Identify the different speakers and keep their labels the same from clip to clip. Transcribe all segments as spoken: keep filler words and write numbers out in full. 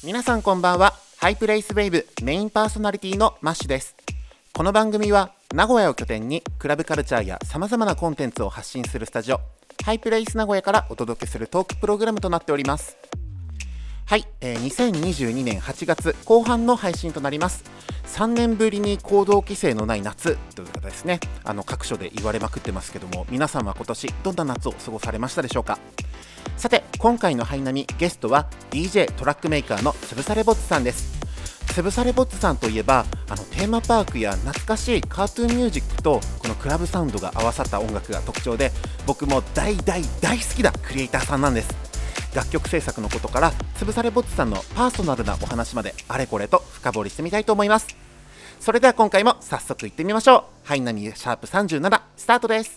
Speaker 1: 皆さんこんばんは。ハイプレイスウェーブメインパーソナリティのマッシュです。この番組は名古屋を拠点にクラブカルチャーやさまざまなコンテンツを発信するスタジオハイプレイス名古屋からお届けするトークプログラムとなっております。はい、えー、にせんにじゅうにねんはちがつこう半の配信となります。さんねんぶりに行動規制のない夏ということですね。あの各所で言われまくってますけども、皆さんは今年どんな夏を過ごされましたでしょうか。さて今回のハイナミゲストは ディージェー トラックメーカーのつぶされぼっちさんです。つぶされぼっちさんといえばあのテーマパークや懐かしいカートゥーンミュージックとこのクラブサウンドが合わさった音楽が特徴で、僕も大大大好きなクリエイターさんなんです。楽曲制作のことからつぶされぼっちさんのパーソナルなお話まであれこれと深掘りしてみたいと思います。それでは今回も早速いってみましょう。ハイナミシャープさんじゅうななスタートです。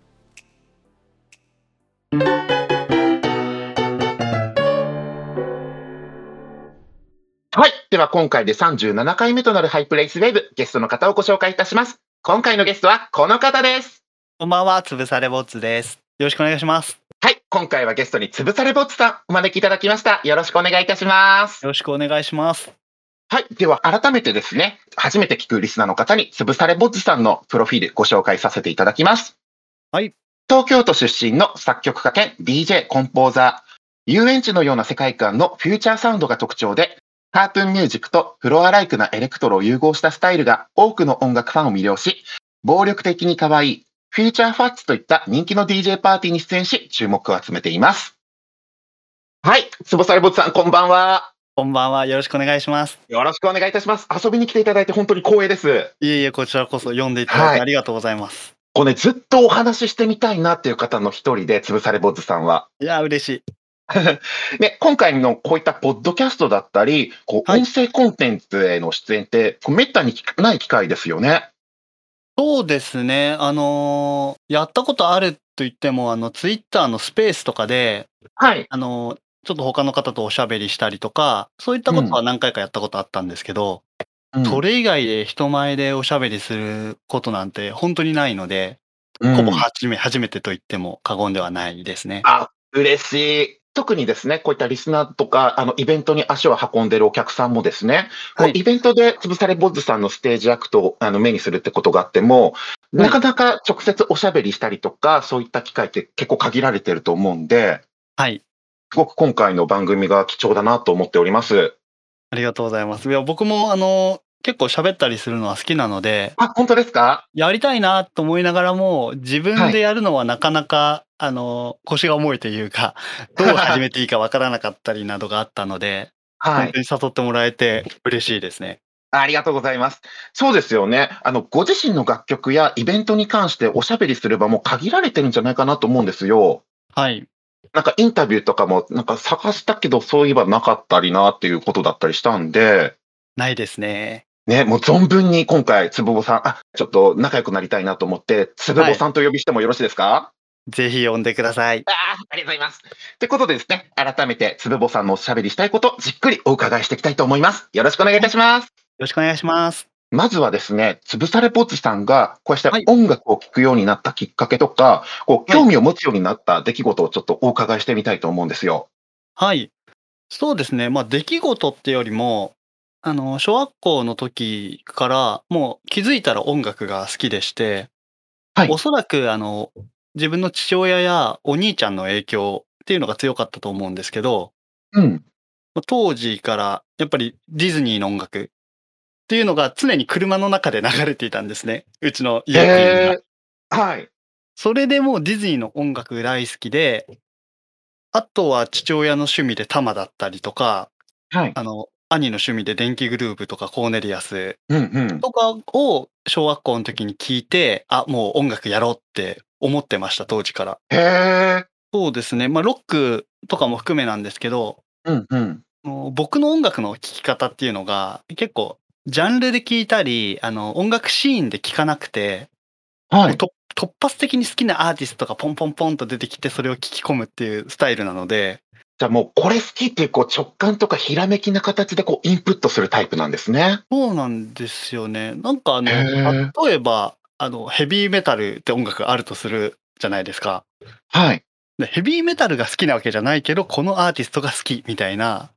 Speaker 1: はい。では今回でさんじゅうななかいめとなるハイプレイスウェーブ、ゲストの方をご紹介いたします。今回のゲストはこの方です。
Speaker 2: こんばんは、つぶされぼっちです。よろしくお願いします。
Speaker 1: はい。今回はゲストにつぶされぼっちさんお招きいただきました。よろしくお願いいたします。
Speaker 2: よろしくお願いします。
Speaker 1: はい。では改めてですね、初めて聞くリスナーの方につぶされぼっちさんのプロフィールご紹介させていただきます。
Speaker 2: はい。
Speaker 1: 東京都出身の作曲家兼 ディージェー コンポーザー。遊園地のような世界観のフューチャーサウンドが特徴で、カートゥーンミュージックとフロアライクなエレクトロを融合したスタイルが多くの音楽ファンを魅了し、暴力的に可愛いフューチャーファッツといった人気の ディージェー パーティーに出演し注目を集めています。はい、つぼされぼっちさんこんばんは。
Speaker 2: こんばんは、よろしくお願いします。
Speaker 1: よろしくお願いいたします。遊びに来ていただいて本当に光栄です。
Speaker 2: いえいえ、こちらこそ呼んでいただいてありがとうございます。
Speaker 1: これ、ね、ずっとお話ししてみたいなっていう方の一人で、つぶされぼっちさんは。
Speaker 2: いや嬉しい。
Speaker 1: ね、今回のこういったポッドキャストだったり、こう音声コンテンツへの出演って、こうめったにない機会ですよね。
Speaker 2: そうですね。あのー、やったことあると言っても、あのツイッターのスペースとかで、
Speaker 1: はい。
Speaker 2: あのー、ちょっと他の方とおしゃべりしたりとか、そういったことは何回かやったことあったんですけど、うん、それ以外で人前でおしゃべりすることなんて本当にないので、うん、ほぼ初め初めてと言っても過言ではないですね。
Speaker 1: あ、嬉しい。特にですね、こういったリスナーとか、あのイベントに足を運んでいるお客さんもですね、はい、イベントでつぶされぼっちさんのステージアクトをあの目にするってことがあっても、はい、なかなか直接おしゃべりしたりとか、そういった機会って結構限られてると思うんで、
Speaker 2: はい。
Speaker 1: すごく今回の番組が貴重だなと思っております。
Speaker 2: ありがとうございます。いや、僕もあの、結構喋ったりするのは好きなので。
Speaker 1: あ、本当ですか？
Speaker 2: やりたいなと思いながらも、自分でやるのはなかなか、はい、あの、腰が重いというか、どう始めていいかわからなかったりなどがあったので、はい、本当に誘ってもらえて嬉しいですね。
Speaker 1: ありがとうございます。そうですよね。あの、ご自身の楽曲やイベントに関しておしゃべりすればもう限られてるんじゃないかなと思うんですよ。
Speaker 2: はい。
Speaker 1: なんかインタビューとかもなんか探したけどそういえばなかったりなっていうことだったりしたんで。
Speaker 2: ないですね。
Speaker 1: ね、もう存分に今回つぶぼさん、あ、ちょっと仲良くなりたいなと思って、つぶぼさんとお呼びしてもよろしいですか？はい、
Speaker 2: ぜひ呼んでください。
Speaker 1: あありがとうございます。ということでですね、改めてつぶぼさんのおしゃべりしたいこと、じっくりお伺いしていきたいと思います。よろしくお願いいたします。よ
Speaker 2: ろしくお願いします。
Speaker 1: まずはですね、つぶされぼっちさんがこうした音楽を聴くようになったきっかけとか、はい、こう興味を持つようになった出来事をちょっとお伺いしてみたいと思うんですよ。
Speaker 2: はい。そうですね。まあ出来事ってよりも、あの小学校の時からもう気づいたら音楽が好きでして、はい、おそらくあの自分の父親やお兄ちゃんの影響っていうのが強かったと思うんですけど、
Speaker 1: うん、
Speaker 2: 当時からやっぱりディズニーの音楽っていうのが常に車の中で流れていたんですね。うちの家っていうのが。はい。それでもうディズニーの音楽大好きで、あとは父親の趣味でタマだったりとか、はい、あの兄の趣味で電気グルーヴとかコーネリアスとかを小学校の時に聞いて、あ、もう音楽やろうって思ってました、当時から。
Speaker 1: へー。
Speaker 2: そうですね。まあロックとかも含めなんですけど、
Speaker 1: うんうん、
Speaker 2: 僕の音楽の聴き方っていうのが結構ジャンルで聴いたり、あの音楽シーンで聴かなくて、はい、突発的に好きなアーティストがポンポンポンと出てきてそれを聴き込むっていうスタイルなので。
Speaker 1: じゃあもうこれ好きっていうこう直感とかひらめきな形でこうインプットするタイプなんですね。
Speaker 2: そうなんですよね。なんかあの例えばあのヘビーメタルって音楽あるとするじゃないですか。
Speaker 1: はい。
Speaker 2: でヘビーメタルが好きなわけじゃないけどこのアーティストが好きみたいな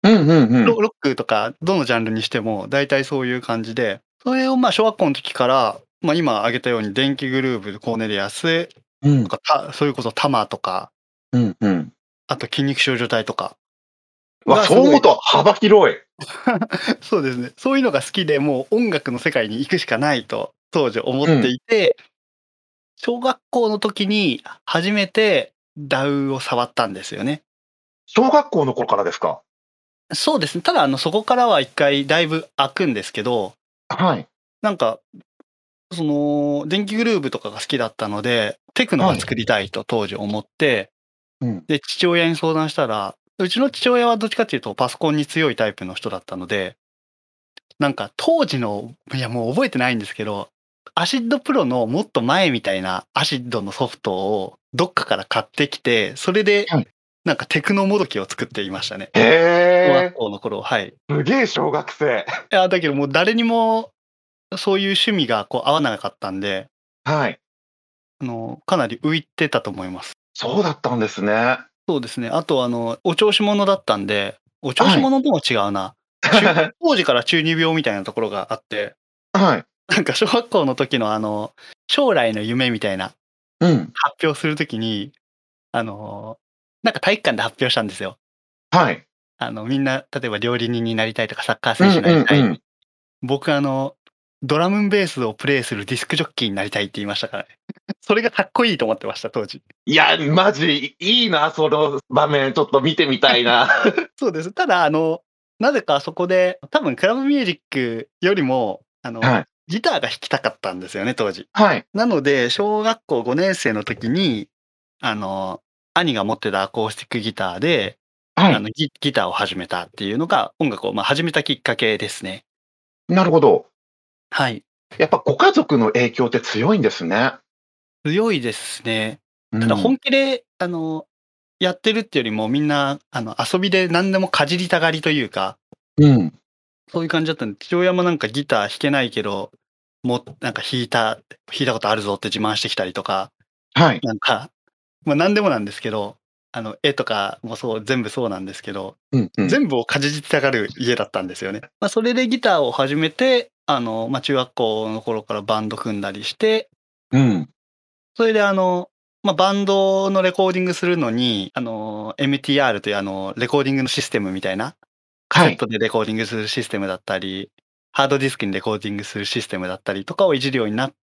Speaker 3: うんうんうん。
Speaker 2: ロロックとかどのジャンルにしても大体そういう感じで、それをまあ小学校の時から、まあ、今挙げたように電気グルーヴ、コーネリアス
Speaker 3: うん。
Speaker 2: とか、たそれこそタマとか、
Speaker 3: うんうん。
Speaker 2: あと筋肉少女隊とか
Speaker 3: わ、
Speaker 2: がすごい
Speaker 3: そう思うと幅広い。
Speaker 2: そうですね。そういうのが好きで、もう音楽の世界に行くしかないと当時思って
Speaker 3: うん。
Speaker 2: いて、小学校の時に初めて ダウ を触ったんですよね。
Speaker 3: 小学校の頃からですか？
Speaker 2: そうですね。ただあのそこからは一回だいぶ空くんですけど、
Speaker 3: はい。
Speaker 2: なんかその電気グルーヴとかが好きだったので、テクノ
Speaker 3: はい。
Speaker 2: が作りたいと当時思って、
Speaker 3: うん。
Speaker 2: で、父親に相談したら、うちの父親はどっちかっていうとパソコンに強いタイプの人だったので、なんか当時の、いやもう覚えてないんですけど、アシッドプロのもっと前みたいなアシッドのソフトをどっかから買ってきて、それで
Speaker 3: はい。
Speaker 2: なんかテクノもどきを作っていましたね。
Speaker 3: へ
Speaker 2: 小学
Speaker 3: え、
Speaker 2: 校の頃、はい。い
Speaker 3: すげえ小学生。
Speaker 2: や、だけどもう誰にもそういう趣味がこう合わなかったんで、
Speaker 3: はい。
Speaker 2: あの、かなり浮いてたと思います。
Speaker 3: そうだったんですね。
Speaker 2: そうですね。あとあの、お調子者だったんで、お調子
Speaker 3: はい。
Speaker 2: 者とも違うな。ちゅ当時から中二病みたいなところがあって、
Speaker 3: はい。
Speaker 2: なんか小学校の時のあの、将来の夢みたいな
Speaker 3: うん。
Speaker 2: 発表する時に、あの、なんか体育館で発表したんですよ。
Speaker 3: はい。
Speaker 2: あの、みんな、例えば料理人になりたいとかサッカー選手に
Speaker 3: うん
Speaker 2: なりたい。
Speaker 3: うんうん。
Speaker 2: 僕あの、ドラムンベースをプレイするディスクジョッキーになりたいって言いましたからね。それがかっこいいと思ってました、当時。
Speaker 3: いや、マジいいな、その場面ちょっと見てみたいな。
Speaker 2: そうです。ただあの、なぜかそこで、多分クラブミュージックよりも、あの、
Speaker 3: はい。
Speaker 2: ギターが弾きたかったんですよね、当時。
Speaker 3: はい。
Speaker 2: なので、小学校ごねん生の時に、あの、兄が持ってたアコースティックギターで、
Speaker 3: はい。
Speaker 2: あの、ギギターを始めたっていうのが、音楽を、ま、始めたきっかけですね。
Speaker 3: なるほど。
Speaker 2: はい。
Speaker 3: やっぱご家族の影響って強いんですね。
Speaker 2: 強いですね。ただ
Speaker 3: うん。
Speaker 2: 本気で、あの、やってるっていうよりも、みんな、あの、遊びで何でもかじりたがりというか、
Speaker 3: うん。
Speaker 2: そういう感じだったんで、父親もなんかギター弾けないけど、もなんか弾いた弾いたことあるぞって自慢してきたりとか、
Speaker 3: はい。
Speaker 2: なんか、ま、何でもなんですけど、あの、絵とかもそう全部そうなんですけど、
Speaker 3: うんうん。
Speaker 2: 全部をかじりたがる家だったんですよね。ま、それでギターを始めて、あの、ま、中学校の頃からバンド組んだりして、
Speaker 3: うん。
Speaker 2: それであの、ま、バンドのレコーディングするのに、あの、エムティーアール というあの、レコーディングのシステムみたいな、カセ
Speaker 3: はい。
Speaker 2: ットでレコーディングするシステムだったり、ハードディスクにレコーディングするシステムだったりとかをいじるようになって、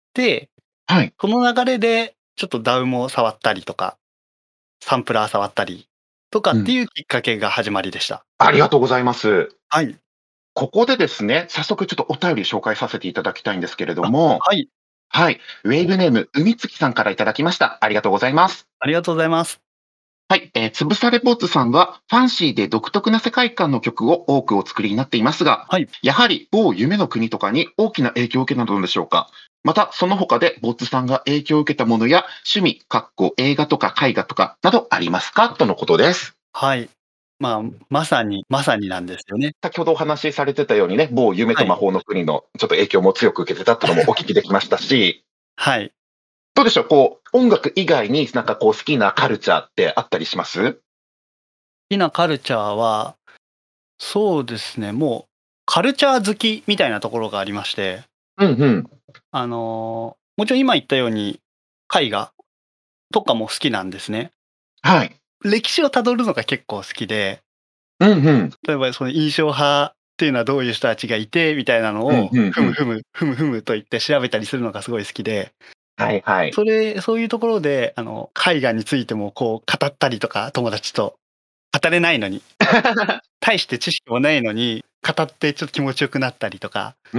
Speaker 3: はい。
Speaker 2: その流れでちょっと ダウ も触ったりとか、サンプラー触ったりとか
Speaker 3: うん。
Speaker 2: っていうきっかけが始まりでした。
Speaker 3: ありがとうございます。
Speaker 2: はい。
Speaker 3: ここでですね、早速ちょっとお便り紹介させていただきたいんですけれど
Speaker 2: あ、
Speaker 3: も、
Speaker 2: はい。
Speaker 3: はい。ウェーブネーム、海月さんからいただきました。ありがとうございます。
Speaker 2: ありがとうございます。
Speaker 3: はい。えー、つぶさレポーツさんは、ファンシーで独特な世界観の曲を多くお作りになっていますが、
Speaker 2: はい。
Speaker 3: やはり某夢の国とかに大きな影響を受けたのでしょうか。また、その他でボッツさんが影響を受けたものや趣味、かっこ映画とか絵画とかなどありますかとのことです。
Speaker 2: はい。まあ、まさにまさになんですよね。
Speaker 3: 先ほどお話しされてたようにね、某夢
Speaker 2: はい。
Speaker 3: と魔法の国のちょっと影響も強く受けてたっていうのもお聞きできましたし、
Speaker 2: はい。
Speaker 3: どうでしょう、こう、音楽以外になんかこう好きなカルチャーってあったりします？
Speaker 2: 好きなカルチャーは、そうですね、もうカルチャー好きみたいなところがありまして、
Speaker 3: うんうん。
Speaker 2: あの、もちろん今言ったように、絵画とかも好きなんですね。
Speaker 3: はい。
Speaker 2: 歴史を辿るのが結構好きで、
Speaker 3: うんうん。
Speaker 2: 例えばその印象派っていうのはどういう人たちがいてみたいなの
Speaker 3: うん
Speaker 2: を、
Speaker 3: うんうん。
Speaker 2: ふむふむ、ふむふむと言って調べたりするのがすごい好きで、
Speaker 3: はいはい。
Speaker 2: それそういうところで、あの、絵画についてもこう語ったりとか、友達と語れないのに、大して知識もないのに、語ってちょっと気持ちよくなったりとか、
Speaker 3: うん。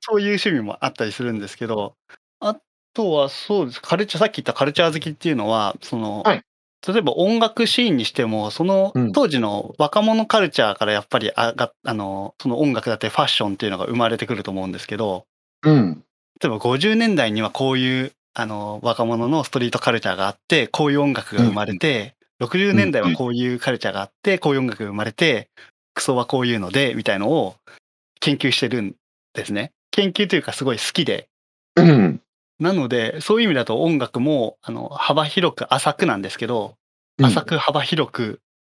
Speaker 2: そういう趣味もあったりするんですけど、あとはそうです、カルチャーさっき言ったカルチャー好きっていうのは、その、
Speaker 3: はい。
Speaker 2: 例えば音楽シーンにしても、その
Speaker 3: うん。
Speaker 2: 当時の若者カルチャーからやっぱりあがあの、その音楽だったりファッションっていうのが生まれてくると思うんですけど、
Speaker 3: うん。
Speaker 2: 例えばごじゅうねんだいにはこういうあの、若者のストリートカルチャーがあって、こういう音楽が生まれ
Speaker 3: うんうん。
Speaker 2: て、60年
Speaker 3: うんうん。
Speaker 2: 代はこういうカルチャーがあって、こういう音楽が生まれて、クソはこういうのでみたいのを研究してるんですね。研究というかすごい好きで。
Speaker 3: うん。
Speaker 2: なので、そういう意味だと音楽もあの、幅広く浅くなんですけど、
Speaker 3: うん。
Speaker 2: 浅く幅広く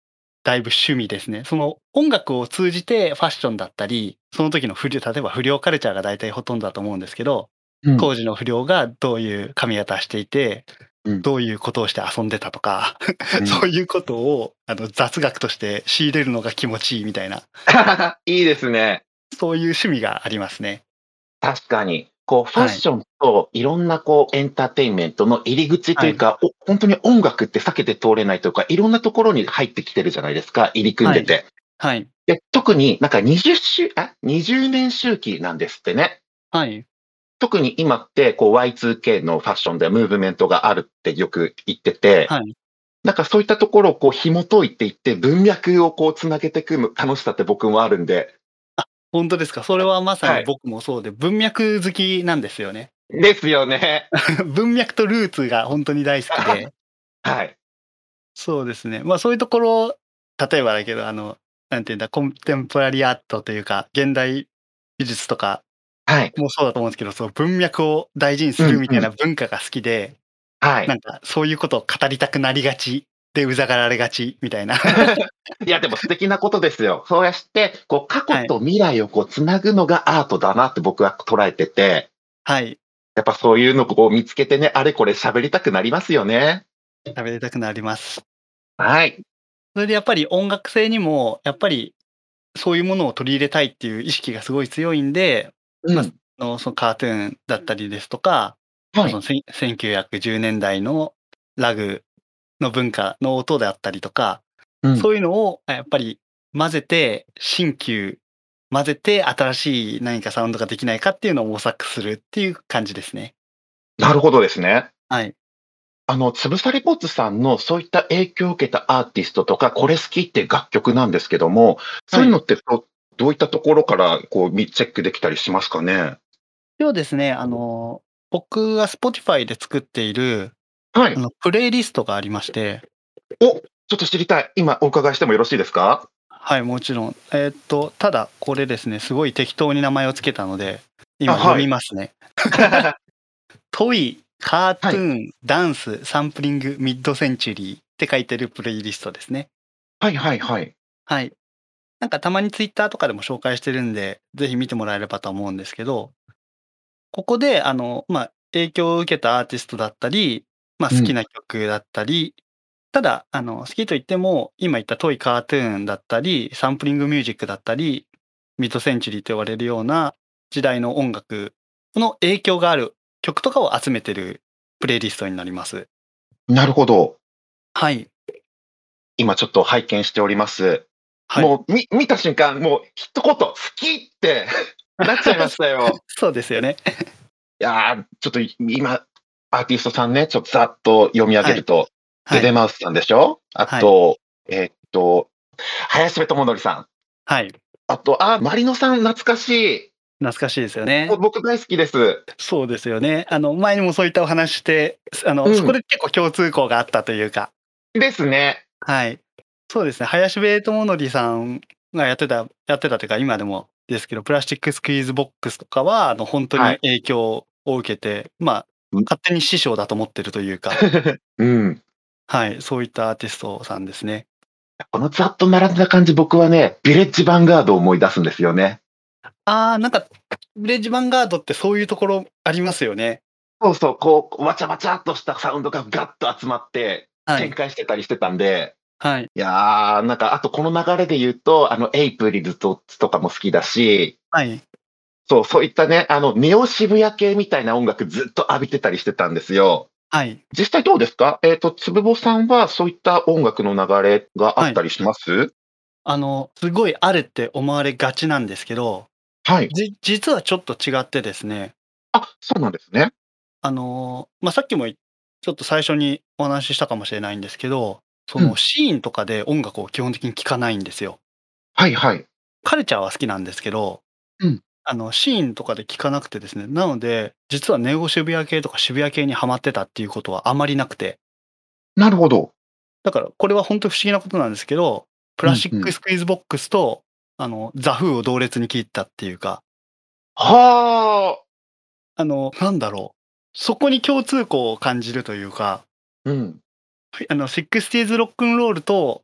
Speaker 2: だいぶ趣味ですね。その音楽を通じてファッションだったり、その時の不良、例えば不良カルチャーが大体ほとんどだと思うんですけど、
Speaker 3: うん。
Speaker 2: 当時の不良がどういう髪型していて、
Speaker 3: うん。
Speaker 2: どういうことをして遊んでたとか、
Speaker 3: うん。
Speaker 2: そういうことをあの雑学として仕入れるのが気持ちいいみたいな、
Speaker 3: いいですね。
Speaker 2: そういう趣味がありますね。
Speaker 3: 確かに。こう、ファッ
Speaker 2: はい。
Speaker 3: ションといろんなこう、エンターテインメントの入り口と
Speaker 2: はい。
Speaker 3: いうか、お本当に音楽って避けて通れないというか、いろんなところに入ってきてるじゃないですか、入り組ん
Speaker 2: はい。
Speaker 3: でて。
Speaker 2: はい。
Speaker 3: で、特になんかにじゅっ周あ、にじゅうねん周期なんですってね。
Speaker 2: はい。
Speaker 3: 特に今ってこう ワイツーケー のファッションでムーブメントがあるってよく言ってて、
Speaker 2: はい。
Speaker 3: なんかそういったところをこう紐解いていって文脈をこうつなげていく楽しさって僕もあるんで。
Speaker 2: 本当ですか。それはまさ
Speaker 3: はい。
Speaker 2: に僕もそうで、文脈好きなんですよね。
Speaker 3: ですよね。
Speaker 2: 文脈とルーツが本当に大好きで。
Speaker 3: はい。
Speaker 2: そうですね。まあ、そういうところ、例えばだけど、あの、なんていうんだ、コンテンポラリーアートというか、現代美術とか
Speaker 3: はい。
Speaker 2: もそうだと思うんですけど、その文脈を大事にするみたい
Speaker 3: うんうん。
Speaker 2: な文化が好きで、
Speaker 3: はい。
Speaker 2: なんかそういうことを語りたくなりがちで、うざがられがちみたいな。
Speaker 3: いや、でも素敵なことですよ。そうやって、こう過去
Speaker 2: はい。
Speaker 3: と未来をこう繋ぐのがアートだなって僕は捉えてて、
Speaker 2: はい。
Speaker 3: やっぱそういうのをこう見つけてね、あれこれ喋りたくなりますよね。
Speaker 2: 喋りたくなります。
Speaker 3: はい。
Speaker 2: それでやっぱり音楽性にも、やっぱりそういうものを取り入れたいっていう意識がすごい強いんで、まあ、
Speaker 3: うん。
Speaker 2: あの、そのカートゥーンだったりですとか、まあ、そ
Speaker 3: はい。
Speaker 2: のせんせんきゅうひゃくじゅうねんだいのラグの文化の音であったりとか、
Speaker 3: うん。
Speaker 2: そういうのをやっぱり混ぜて、新旧混ぜて新しい何かサウンドができないかっていうのを模索するっていう感じですね。
Speaker 3: なるほどですね。
Speaker 2: はい。
Speaker 3: あの、つぶさりぼっつさんのそういった影響を受けたアーティストとか、これ好きって楽曲なんですけども、そ
Speaker 2: はい。
Speaker 3: ういうのってどどういったところからこうみチェックできたりしますかね？
Speaker 2: そうですね、あの、僕が Spotify で作っている、
Speaker 3: はい。
Speaker 2: あの、プレイリストがありまして、
Speaker 3: お、ちょっと知りたい。今お伺いしてもよろしいですか？
Speaker 2: はい、もちろん。えーっと、ただこれですね、すごい適当に名前を付けたので、
Speaker 3: あ、
Speaker 2: 今読
Speaker 3: はい。
Speaker 2: みますね。トイ、カー
Speaker 3: はい。
Speaker 2: トゥーン、ダンス、サンプリング、ミッドセンチュリーって書いてるプレイリストですね。
Speaker 3: はいはいはい。
Speaker 2: はい。なんかたまにツイッターとかでも紹介してるんで、ぜひ見てもらえればと思うんですけど、ここであの、まあ、影響を受けたアーティストだったり、まあ、
Speaker 3: うん。
Speaker 2: 好きな曲だったり、ただ、あの、好きと言っても、今言ったトイカートゥーンだったり、サンプリングミュージックだったり、ミッドセンチュリーと呼ばれるような時代の音楽の影響がある曲とかを集めてるプレイリストになります。
Speaker 3: なるほど。
Speaker 2: はい。
Speaker 3: 今ちょっと拝見しております。
Speaker 2: はい。
Speaker 3: もう、み見た瞬間、もう一言、好きってなっちゃいましたよ。
Speaker 2: そうですよね。
Speaker 3: いやー、ちょっとい今、アーティストさんね、ちょっとざっと読み上げ
Speaker 2: はい。
Speaker 3: ると、デ
Speaker 2: はい。
Speaker 3: デマウスさんでしょ？あ
Speaker 2: はい。
Speaker 3: と、えーっと、林部智則さん。
Speaker 2: はい。
Speaker 3: あと、あ、マリノさん懐かしい。
Speaker 2: 懐かしいですよ
Speaker 3: ぼ
Speaker 2: ね。
Speaker 3: 僕大好きです。
Speaker 2: そうですよね。あの、前にもそういったお話して、すあの、そこ
Speaker 3: うん。
Speaker 2: で結構共通項があったというか、
Speaker 3: ですね。
Speaker 2: はい。そうですね、林部智則さんがやってたやってたというか、今でもですけど、プラスチックスクイーズボックスとかは、あの、ほんと
Speaker 3: はい。
Speaker 2: に影響を受けて、まあ、
Speaker 3: うん。
Speaker 2: 勝手に師匠だと思ってるというか、
Speaker 3: うん。
Speaker 2: はい、そういったアーティストさんですね。
Speaker 3: このざっと並んだ感じ、僕はね、ヴィレッジヴァンガードを思い出すんですよね。
Speaker 2: ああ、なんか、ヴィレッジヴァンガードってそういうところありますよね。
Speaker 3: そうそう、こう、わちゃわちゃっとしたサウンドがガッと集まって
Speaker 2: はい、
Speaker 3: 展開してたりしてたんで、
Speaker 2: はい、
Speaker 3: いやー、なんか、あとこの流れで言うと、あの、エイプリルととかも好きだし、
Speaker 2: はい。
Speaker 3: そう、そういったね、あの、ネオ渋谷系みたいな音楽ずっと浴びてたりしてたんですよ。
Speaker 2: はい。
Speaker 3: 実際どうですか？えっと、つぶぼさんはそういった音楽の流れがあ
Speaker 2: はい。
Speaker 3: ったりします？
Speaker 2: あの、すごいあるって思われがちなんですけど、
Speaker 3: はい。
Speaker 2: じ実はちょっと違ってですね、
Speaker 3: あ、そうなんですね。
Speaker 2: あの、ま、さっきもいちょっと最初にお話ししたかもしれないんですけど、その
Speaker 3: うん。
Speaker 2: シーンとかで音楽を基本的に聴かないんですよ。
Speaker 3: はいはい。
Speaker 2: カルチャーは好きなんですけど、
Speaker 3: うん。
Speaker 2: あの、シーンとかで聴かなくてですね、なので、実はネオ渋谷系とか渋谷系にハマってたっていうことはあまりなくて、
Speaker 3: なるほど。
Speaker 2: だからこれはほんと不思議なことなんですけど、プラスチッ
Speaker 3: うんうん。
Speaker 2: クスクイーズボックスと、あの、ザ・フーを同列に聴いたっていうか、
Speaker 3: はあ。
Speaker 2: あの、なんだろう、そこに共通項を感じるというか、
Speaker 3: うん。
Speaker 2: はい、あの、シックスティーズロックンロールと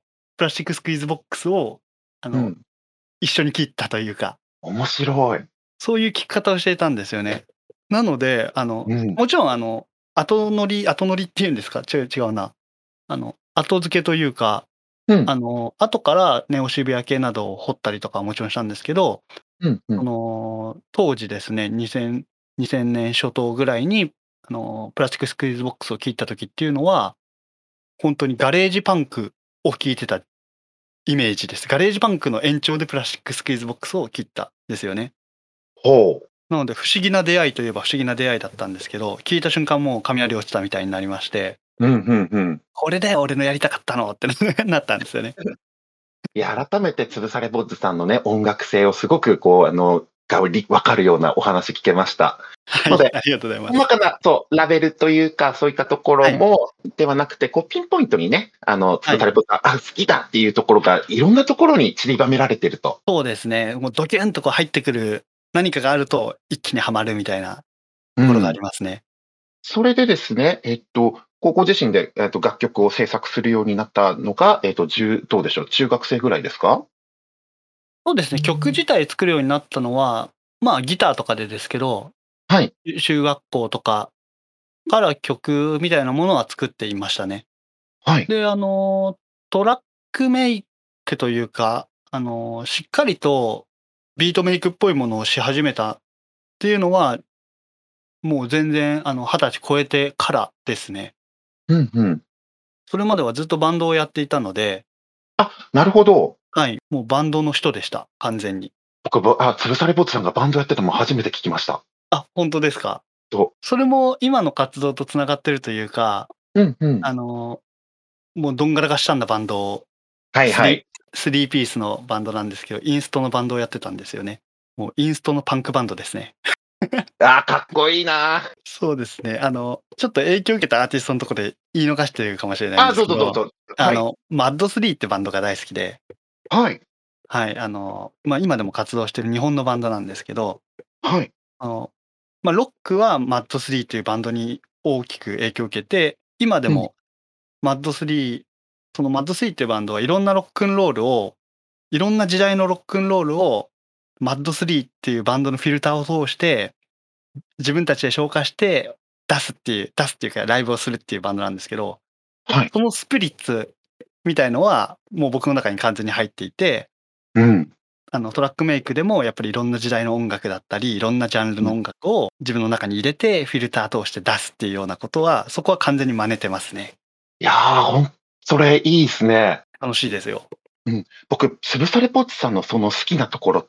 Speaker 2: プラスチックスクイーズボックスを、あの、うん、一緒に切ったというか。
Speaker 3: 面白い。
Speaker 2: そういう聞き方をしていたんですよね。なので、あの、うん、もちろん、あの、後乗り、後乗りっていうんですか、違う違うな。あの、後付けというか、うん、あの、後からネオ渋谷系などを掘ったりとかはもちろんしたんですけど、うんうん、あの、当時ですね、にせん、にせんねん初頭ぐらいに、あの、プラスチックスクイーズボックスを切った時っていうのは、本当にガレージパンクを聞いてたイメージです。ガレージパンクの延長でプラスチックスクイーズボックスを切ったんですよね。
Speaker 3: ほう。
Speaker 2: なので不思議な出会いといえば不思議な出会いだったんですけど、聞いた瞬間もう雷落ちたみたいになりまして、
Speaker 3: うんうんうん。
Speaker 2: これだよ俺のやりたかったのってなったんですよね。
Speaker 3: いや、改めて潰され坊主さんのね、音楽性をすごくこう、あの、が分かるようなお話聞けました。
Speaker 2: はい、ありがとうございます。
Speaker 3: 細かな、そう、ラベルというか、そういったところも、はい、ではなくて、こう、ピンポイントにね、あの、潰され坊主さん、はい、あ、好きだっていうところが、いろんなところに散りばめられてると。
Speaker 2: そうですね。もうドキュンとこう入ってくる何かがあると、一気にはまるみたいなところがありますね。うん、
Speaker 3: それでですね、えっと、高校自身で、えっと、楽曲を制作するようになったのが、えっと、じゅう、どうでしょう、中学生ぐらいですか？
Speaker 2: そうですね、曲自体作るようになったのは、まあ、ギターとかでですけど、
Speaker 3: はい。
Speaker 2: 中学校とかから曲みたいなものは作っていましたね。
Speaker 3: はい。
Speaker 2: で、あの、トラックメイクというか、あの、しっかりとビートメイクっぽいものをし始めたっていうのは、もう全然、あの、はたち超えてからですね。
Speaker 3: うんうん。
Speaker 2: それまではずっとバンドをやっていたので。
Speaker 3: あ、なるほど。
Speaker 2: はい、もうバンドの人でした、完全に。
Speaker 3: 僕、あ、潰され坊主さんがバンドやってたのも初めて聞きました。
Speaker 2: あ、本当ですか。
Speaker 3: そう。
Speaker 2: それも今の活動と繋がってるというか、
Speaker 3: うんうん。
Speaker 2: あの、もうどんがらがっしゃんだバンドを、
Speaker 3: はいはい。
Speaker 2: スリーピースのバンドなんですけど、インストのバンドをやってたんですよね。もうインストのパンクバンドですね。
Speaker 3: ああ、かっこいいな。
Speaker 2: そうですね。あの、ちょっと影響を受けたアーティストのとこで言い逃してるかもしれないんですけど、
Speaker 3: あ、どうぞどうぞ。
Speaker 2: あの、はい、マッドスリーってバンドが大好きで。
Speaker 3: はい。
Speaker 2: はい、あの、まあ、今でも活動してる日本のバンドなんですけど、
Speaker 3: はい。
Speaker 2: あの、まあ、ロックはマッドスリーというバンドに大きく影響を受けて、今でもマッドスリー、そのマッドスリーっていうバンドはいろんなロックンロールを、いろんな時代のロックンロールをマッドスリーっていうバンドのフィルターを通して、自分たちで消化して出すっていう、出すっていうかライブをするっていうバンドなんですけど、
Speaker 3: はい。
Speaker 2: そのスピリッツみたいのはもう僕の中に完全に入っていて、
Speaker 3: うん。
Speaker 2: あのトラックメイクでもやっぱりいろんな時代の音楽だったり、いろんなジャンルの音楽を自分の中に入れてフィルター通して出すっていうようなことは、そこは完全に真似てますね。
Speaker 3: いやー、ほんそれいいですね。
Speaker 2: 楽しいですよ。
Speaker 3: うん。僕、潰されポッチさんのその好きなところって、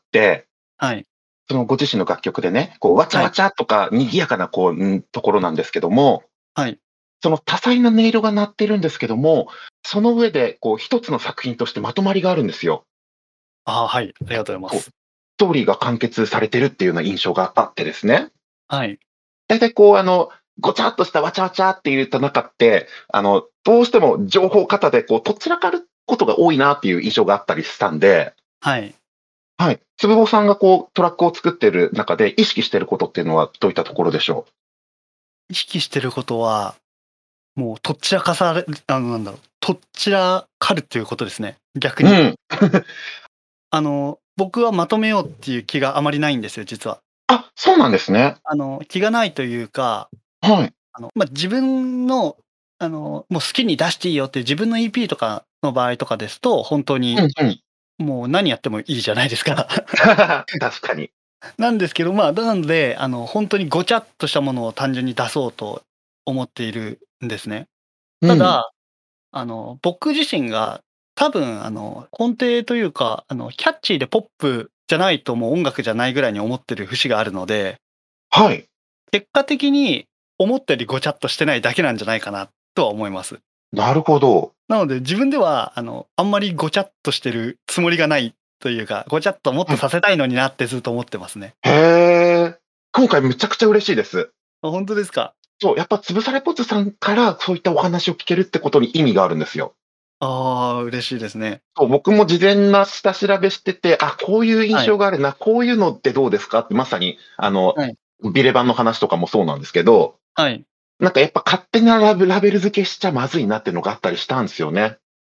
Speaker 2: はい。
Speaker 3: そのご自身の楽曲でね、こうわちゃわちゃとか賑やかなこう、うん、ところなんですけども、
Speaker 2: はい。
Speaker 3: その多彩な音色が鳴ってるんですけども、その上でこう一つの作品としてまとまりがあるんですよ。
Speaker 2: ああ、はい、ありがとうございます。
Speaker 3: ストーリーが完結されてるっていうような印象があってですね。
Speaker 2: はい。
Speaker 3: 大体こうあの、ごちゃっとしたわちゃわちゃって言った中って、あの、どうしても情報過多でこう、とっちらかることが多いなっていう印象があったりしたんで、
Speaker 2: はい。
Speaker 3: はい。つぶぼさんがこう、トラックを作ってる中で意識してることっていうのはどういったところでしょう？
Speaker 2: 意識してることは、もうとっちらかされあの、なんだろう、とっちらかるっていうことですね、逆に。
Speaker 3: うん。
Speaker 2: あの、僕はまとめようっていう気があまりないんですよ、実は。
Speaker 3: あ、そうなんですね。
Speaker 2: あの、気がないというか、
Speaker 3: はい。
Speaker 2: あの、ま、自分の、あの、もう好きに出していいよっていう自分の イーピー とかの場合とかですと、本当に
Speaker 3: うんうん。
Speaker 2: もう何やってもいいじゃないですか。
Speaker 3: 確かに。
Speaker 2: なんですけど、まあ、なので、あの、本当にごちゃっとしたものを単純に出そうと思っているんですね。
Speaker 3: うん。
Speaker 2: ただ、あの、僕自身が多分、あの、根底というか、あの、キャッチーでポップじゃないともう音楽じゃないぐらいに思ってる節があるので、
Speaker 3: はい。
Speaker 2: 結果的に思ったよりごちゃっとしてないだけなんじゃないかなとは思います。
Speaker 3: なるほど。
Speaker 2: なので自分では、あの、あんまりごちゃっとしてるつもりがないというか、ごちゃっともっと
Speaker 3: はい。
Speaker 2: させたいのになってずっと思ってますね。
Speaker 3: へえ。今回むちゃくちゃ嬉しいです。
Speaker 2: あ、本当ですか？
Speaker 3: そう、やっぱ潰されポツさんからそういったお話を聞けるってことに意味があるんですよ。
Speaker 2: ああ、嬉しいですね。
Speaker 3: そう、僕も事前な下調べしてて、あ、こういう印
Speaker 2: はい。
Speaker 3: 象があるな、こういうのってどうですかってまさに、あの、
Speaker 2: はい。
Speaker 3: ビレバンの話とかもそうなんですけど、
Speaker 2: はい。
Speaker 3: なんかやっぱ勝手なラベラベル付けしちゃまずいなっていうのがあったりしたんですよね。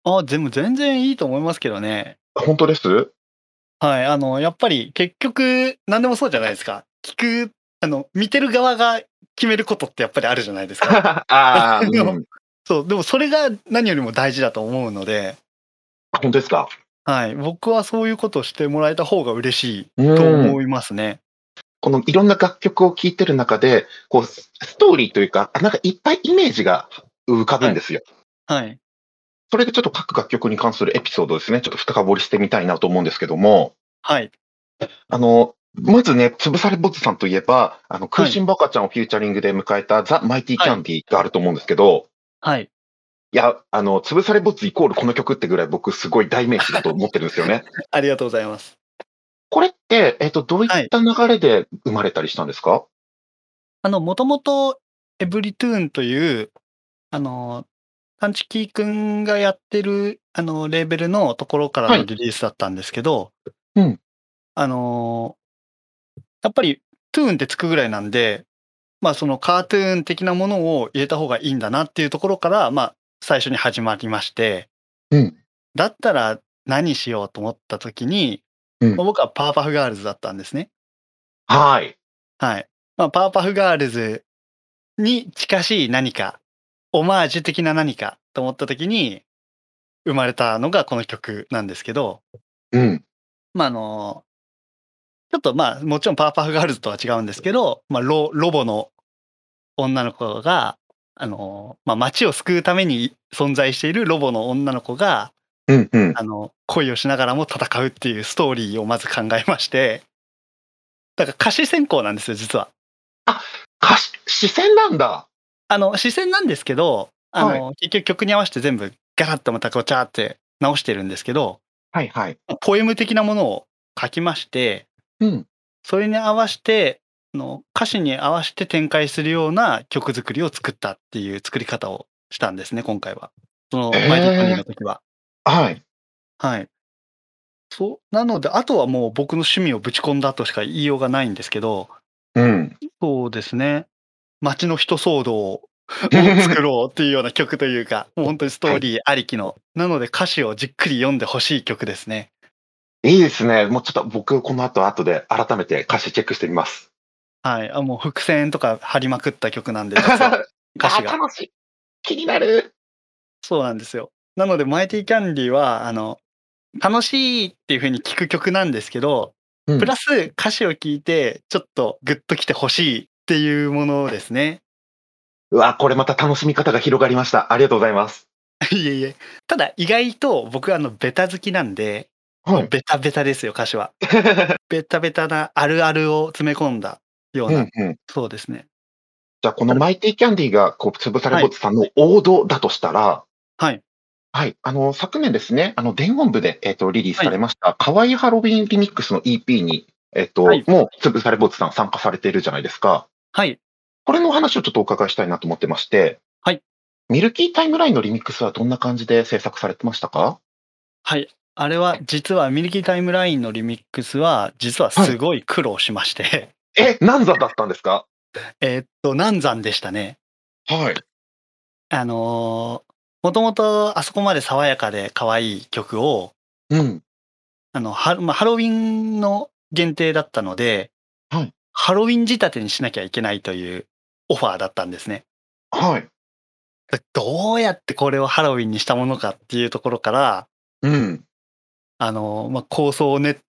Speaker 2: あ、でも全然いいと思いますけどね。
Speaker 3: 本当です？
Speaker 2: はい、あの、やっぱり結局何でもそうじゃないですか。聞くあの、見てる側が決めることってやっぱりあるじゃないですか。
Speaker 3: ああ、
Speaker 2: あの、
Speaker 3: うん。
Speaker 2: そう、でもそれが何よりも大事だと思うので、
Speaker 3: あ、本当ですか？
Speaker 2: はい、僕はそういうことをしてもらえた方が嬉しい
Speaker 3: うーん。
Speaker 2: と思いますね。
Speaker 3: このいろんな楽曲を聴いてる中で、こう、スストーリーというか、あ、なんかいっぱいイメージが浮かぶ
Speaker 2: はい、
Speaker 3: んですよ。
Speaker 2: はい、
Speaker 3: それでちょっと各楽曲に関するエピソードですね、ちょっと深掘りしてみたいなと思うんですけども、
Speaker 2: はい、
Speaker 3: あの、まずね、潰されボッツさんといえば、あの、空
Speaker 2: はい、
Speaker 3: 心バカちゃんをフューチャリングで迎えたザ・マイティキ
Speaker 2: はい、
Speaker 3: ャンディがあると思うんですけど、
Speaker 2: はい。
Speaker 3: いや、あの、潰されボッツイコールこの曲ってぐらい僕すごい代名詞だと思ってるんですよね。
Speaker 2: ありがとうございます。
Speaker 3: これって、えっと、どういっ
Speaker 2: はい。
Speaker 3: た流れで生まれたりしたんですか？
Speaker 2: あの、もともとエブリトゥーンという、あの、パンチキーくんがやってる、あの、レーベルのところから
Speaker 3: はい。
Speaker 2: のリリースだったんですけど、
Speaker 3: うん。
Speaker 2: あの、やっぱりトゥーンってつくぐらいなんで、まあ、そのカートゥーン的なものを入れた方がいいんだなっていうところから、まあ、最初に始まりまして、
Speaker 3: うん。
Speaker 2: だったら何しようと思った時に、ま、
Speaker 3: うん。
Speaker 2: 僕はパワーパフガールズだったんですね。
Speaker 3: はい。
Speaker 2: はい。まあ、パワーパフガールズに近しい何か、オマージュ的な何かと思った時に、生まれたのがこの曲なんですけど、
Speaker 3: うん。
Speaker 2: ま、ああの、ちょっと、まあ、もちろんパワーパフガールズとは違うんですけど、ま、ロロボの女の子が、あの、ま、街を救うために存在しているロボの女の子が、
Speaker 3: うんうん。
Speaker 2: あの、恋をしながらも戦うっていうストーリーをまず考えまして、だから歌詞先行なんですよ、実は。
Speaker 3: あ、かし視線なんだ。
Speaker 2: あの、視線なんですけど、あ
Speaker 3: はい。
Speaker 2: の、結局曲に合わせて全部ガラッとまたごちゃって直してるんですけど、
Speaker 3: はいはい。
Speaker 2: ま、ポエム的なものを書きまして、
Speaker 3: うん。
Speaker 2: それに合わして、あの、歌詞に合わして展開するような曲作りを作ったっていう作り方をしたんですね、今回は。そ
Speaker 3: え
Speaker 2: のマイティキャンディ
Speaker 3: え。
Speaker 2: の時は。
Speaker 3: はい。
Speaker 2: はい。そう、なので、あとはもう僕の趣味をぶち込んだとしか言いようがないんですけど、
Speaker 3: うん。
Speaker 2: そうですね、街の人騒動をを作ろうっていうような曲というか、もうほんとにスト
Speaker 3: はい。
Speaker 2: ーリーありきの、なので歌詞をじっくり読んで欲しい曲ですね。
Speaker 3: いいですね。もうちょっと僕この後後で改めて歌詞チェックしてみます。
Speaker 2: はい、あ、もう伏線とか張りまくった曲なんで、実は、歌詞
Speaker 3: あ、
Speaker 2: が。
Speaker 3: 楽しい。気になる。
Speaker 2: そうなんですよ。なので、マイティキャンディは、あの、楽しいっていう風に聴く曲なんですけど、
Speaker 3: うん。
Speaker 2: プラス歌詞を聴いて、ちょっとグッときて欲しいっていうものですね。
Speaker 3: うわ、これまた楽しみ方が広がりました。ありがとうございます。
Speaker 2: いえいえ。ただ意外と僕あのベタ好きなんで、も
Speaker 3: はい。
Speaker 2: うベタベタですよ、歌詞は。ベタベタなあるあるを詰め込んだような、
Speaker 3: うんうん。
Speaker 2: そうですね。
Speaker 3: じゃあ、この
Speaker 2: ただ
Speaker 3: マイティキャンディがこう、潰され
Speaker 2: はい、
Speaker 3: ぼっちさんの王道だとしたら、
Speaker 2: はい、
Speaker 3: はい、あの、昨年ですね、あの、伝言部で、えっと、リリース
Speaker 2: はい、
Speaker 3: されました、可愛いハロウィンリミックスの イーピー に、えっと、
Speaker 2: はい、
Speaker 3: もう、潰されぼっちさん参加されているじゃないですか。
Speaker 2: はい、
Speaker 3: これのお話をちょっとお伺いしたいなと思ってまして、
Speaker 2: はい、
Speaker 3: ミルキータイムラインのリミックスはどんな感じで制作されてましたか？
Speaker 2: はい。あれは実はミルキータイムラインのリミックスは、実は
Speaker 3: はい。
Speaker 2: すごい苦労しまして、
Speaker 3: え、何座だったんですか？
Speaker 2: えっと難産でしたね。
Speaker 3: はい。
Speaker 2: あの、もともとあそこまで爽やかで可愛い曲を、
Speaker 3: うん。
Speaker 2: あの、はま、ハロウィンの限定だったので、
Speaker 3: はい。
Speaker 2: ハロウィン仕立てにしなきゃいけないというオファーだったんですね。
Speaker 3: はい。
Speaker 2: で、どうやってこれをハロウィンにしたものかっていうところから、
Speaker 3: うん。
Speaker 2: あの、ま、構想を練って、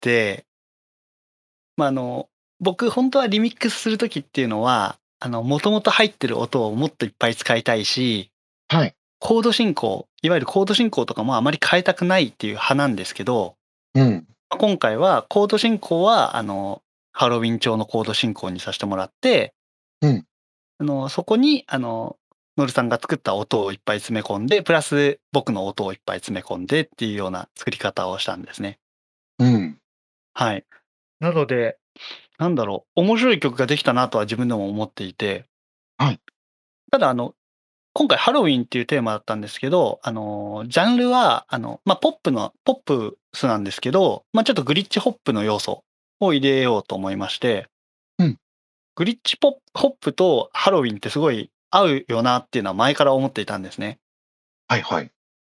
Speaker 2: ま、あの、僕ほんとはリミックスする時っていうのは、あの、もともと入ってる音をもっといっぱい使いたいし、
Speaker 3: はい。
Speaker 2: コード進行、いわゆるコード進行とかもあまり変えたくないっていう派なんですけど、
Speaker 3: うん。
Speaker 2: ま、今回はコード進行は、あの、ハロウィン調のコード進行にさしてもらって、
Speaker 3: うん。
Speaker 2: あの、そこに、あの、ノルさんが作った音をいっぱい詰め込んで、プラス僕の音をいっぱい詰め込んでっていうような作り方をしたんですね。
Speaker 3: うん。
Speaker 2: はい。なので、なんだろう、面白い曲ができたなとは自分でも思っていて、
Speaker 3: はい。
Speaker 2: ただあの、今回ハロウィンっていうテーマだったんですけど、あの、ジャンルは、あの、ま、ポップのポップスなんですけど、ま、ちょっとグリッチホップの要素を入れようと思いまして、
Speaker 3: うん。
Speaker 2: グリッチポッホップとハロウィンってすごい合うよなっていうのは前から思っていたんですね。
Speaker 3: はいはい。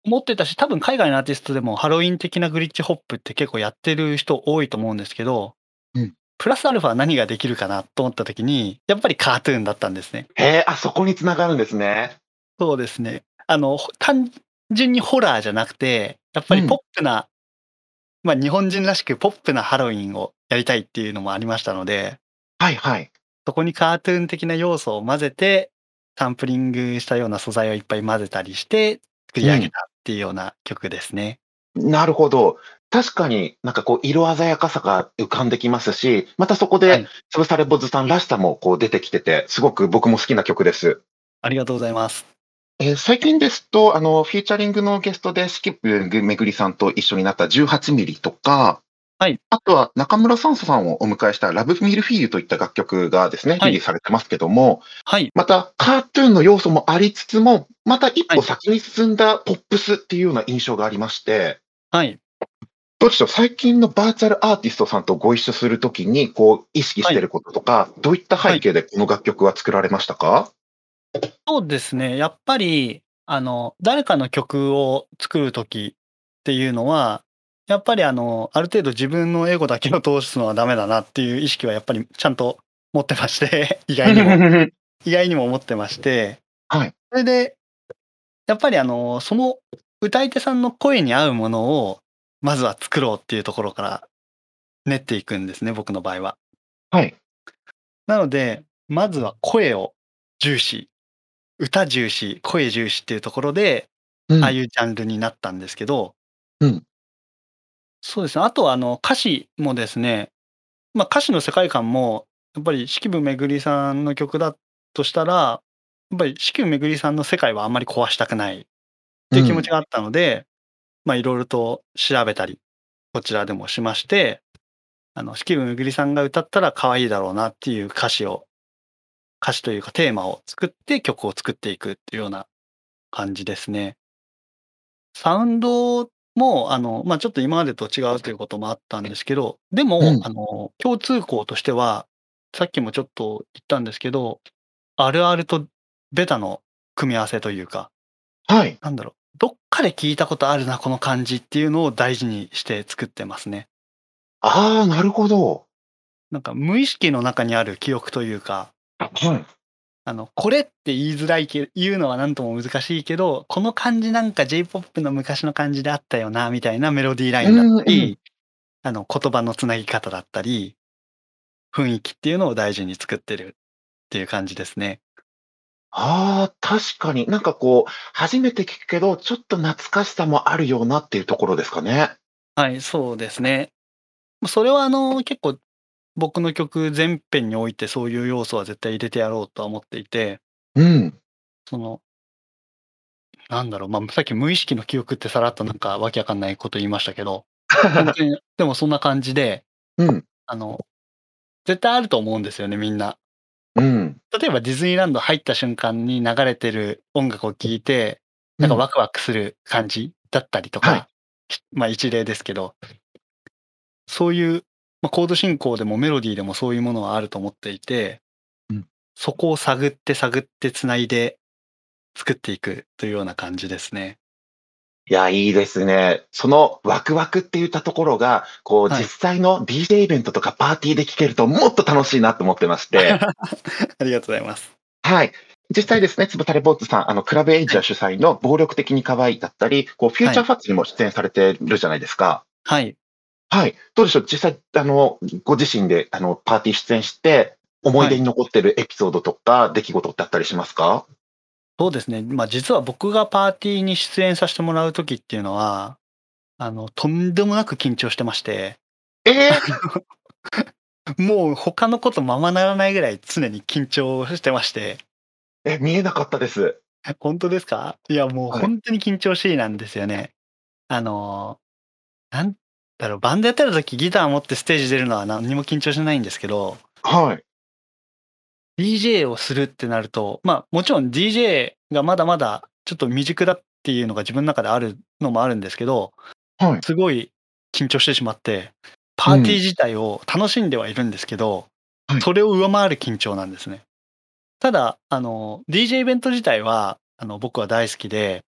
Speaker 2: 思ってたし、多分海外のアーティストでもハロウィン的なグリッチホップって結構やってる人多いと思うんですけど、
Speaker 3: うん。
Speaker 2: プラスアルファ何ができるかなと思った時に、やっぱりカートゥーンだったんですね。
Speaker 3: へえ、あ、そこに繋がるんですね。
Speaker 2: そうですね。あの、ほ単純にホラーじゃなくて、やっぱりポッ
Speaker 3: うん。
Speaker 2: プな、ま、日本人らしくポップなハロウィンをやりたいっていうのもありましたので、
Speaker 3: はいはい。
Speaker 2: そこにカートゥーン的な要素を混ぜて、サンプリングしたような素材をいっぱい混ぜたりして作り
Speaker 3: うん。
Speaker 2: 上げたっていうような曲ですね。
Speaker 3: なるほど。確かになんかこう色鮮やかさが浮かんできますし、またそこで
Speaker 2: はい。
Speaker 3: 潰され坊主さんらしさもこう出てきてて、すごく僕も好きな曲です。
Speaker 2: ありがとうございます。
Speaker 3: えー最近ですと、あの、フィーチャリングのゲストでスキップめぐりさんと一緒になったじゅうはちミリとか、
Speaker 2: はい。
Speaker 3: あとは中村酸素さんをお迎えしたラブミルフィーユといった楽曲がですね、リリー
Speaker 2: はい。
Speaker 3: スされてますけども、
Speaker 2: はい。
Speaker 3: またカートゥーンの要素もありつつも、また一
Speaker 2: はい。
Speaker 3: 歩先に進んだポップスっていうような印象がありまして、
Speaker 2: はい。
Speaker 3: どうでしょう、最近のバーチャルアーティストさんとご一緒するときに、こう意識し
Speaker 2: はい。
Speaker 3: てることとか、どういった
Speaker 2: はい。
Speaker 3: 背景でこの楽曲は作られましたか？
Speaker 2: そうですね。やっぱり、あの、誰かの曲を作る時っていうのは、やっぱりあの、ある程度自分のエゴだけを通すのはダメだなっていう意識はやっぱりちゃんと持ってまして、意外にも意外にも持ってまして、
Speaker 3: はい。
Speaker 2: それで、やっぱりあの、その歌い手さんの声に合うものを、まずは作ろうっていうところから練っていくんですね、僕の場合は。
Speaker 3: はい。
Speaker 2: なので、まずは声を重視、歌重視、声重視っていうところで、
Speaker 3: うん、
Speaker 2: ああいうジャンルになったんですけど、
Speaker 3: うん、
Speaker 2: そうですね、あとはあの歌詞もですね、ま、歌詞の世界観もやっぱり四季めぐりさんの曲だとしたら、やっぱり四季めぐりさんの世界はあんまり壊したくないっていう気持
Speaker 3: うん。
Speaker 2: ちがあったので、ま、色々と調べたり、こちらでもしまして、あの四季めぐりさんが歌ったら可愛いだろうなっていう歌詞を歌詞というかテーマを作って曲を作っていくっていうような感じですね。サウンドも、あの、ま、ちょっと今までと違うということもあったんですけど、でも、
Speaker 3: うん。
Speaker 2: あの、共通項としては、さっきもちょっと言ったんですけど、あるあるとベタの組み合わせというか、
Speaker 3: はい。
Speaker 2: なんだろう、どっかで聞いたことあるな、この感じっていうのを大事にして作ってますね。
Speaker 3: ああ、なるほど。
Speaker 2: なんか無意識の中にある記憶というか、
Speaker 3: はい。
Speaker 2: あの、これって言いづらいけ言うのはなんとも難しいけど、この感じなんか J-ポップ の昔の感じであったよなみたいなメロディーラインだっ
Speaker 3: うんうん。
Speaker 2: たり、あの、言葉のつなぎ方だったり、雰囲気っていうのを大事に作ってるっていう感じですね。
Speaker 3: ああ、確かに。なんかこう、初めて聞くけど、ちょっと懐かしさもあるようなっていうところですかね。
Speaker 2: はい、そうですね。ま、それはあの、結構僕の曲全編においてそういう要素は絶対入れてやろうとは思っていて、
Speaker 3: うん。
Speaker 2: その、なんだろう、ま、さっき無意識の記憶ってさらっとなんかわけわかんないこと言いましたけど、ほんとに、でもそんな感じで、
Speaker 3: うん、
Speaker 2: あの、絶対あると思うんですよね、みんな。
Speaker 3: うん、
Speaker 2: 例えばディズニーランド入った瞬間に流れてる音楽を聴いて、なんか
Speaker 3: うん。
Speaker 2: ワクワクする感じだったりと
Speaker 3: はい。
Speaker 2: か、ひま、一例ですけど、そういう、ま、コード進行でもメロディーでもそういうものはあると思っていて、
Speaker 3: うん。
Speaker 2: そこを探って探って繋いで作っていくというような感じですね。
Speaker 3: いや、いいですね。そのワクワクって言ったところが、こう
Speaker 2: はい。
Speaker 3: 実際の ディージェー イベントとかパーティーで聴けるともっと楽しいなと思ってまして。
Speaker 2: ありがとうございます。
Speaker 3: はい。実際ですね、つぶたれ坊主さん、あの、クラブエイ
Speaker 2: はい。
Speaker 3: ジャー主催の暴力的に可愛いだったり、こうフュー
Speaker 2: はい。
Speaker 3: チャーファッツにも出演されてるじゃないですか。
Speaker 2: はい。
Speaker 3: はい。どうでしょう、実際、あの、ご自身で、あの、パーティー出演して、思い
Speaker 2: はい。
Speaker 3: 出に残ってるエピソードとか、出来事ってあったりしますか？
Speaker 2: そうですね。ま、実は僕がパーティーに出演さしてもらう時っていうのは、あの、とんでもなく緊張してまして、
Speaker 3: ええ！
Speaker 2: もう他のことままならないぐらい常に緊張してまして。
Speaker 3: え、見えなかったです。
Speaker 2: ほんとですか？いや、もう
Speaker 3: はい。
Speaker 2: ほんとに緊張しいなんですよね。あの、なんだろう、バンドやってる時ギター持ってステージ出るのは何にも緊張しないんですけど、
Speaker 3: はい。
Speaker 2: ディージェー をするってなると、ま、もちろん ディージェー がまだまだちょっと未熟だっていうのが自分中であるのもあるんですけど、
Speaker 3: はい。
Speaker 2: すごい緊張してしまって、パーティー
Speaker 3: うん。
Speaker 2: 自体を楽しんではいるんですけど、
Speaker 3: はい。
Speaker 2: それを上回る緊張なんですね。ただ、あの、ディージェー イベント自体は、あの、僕は大好きで、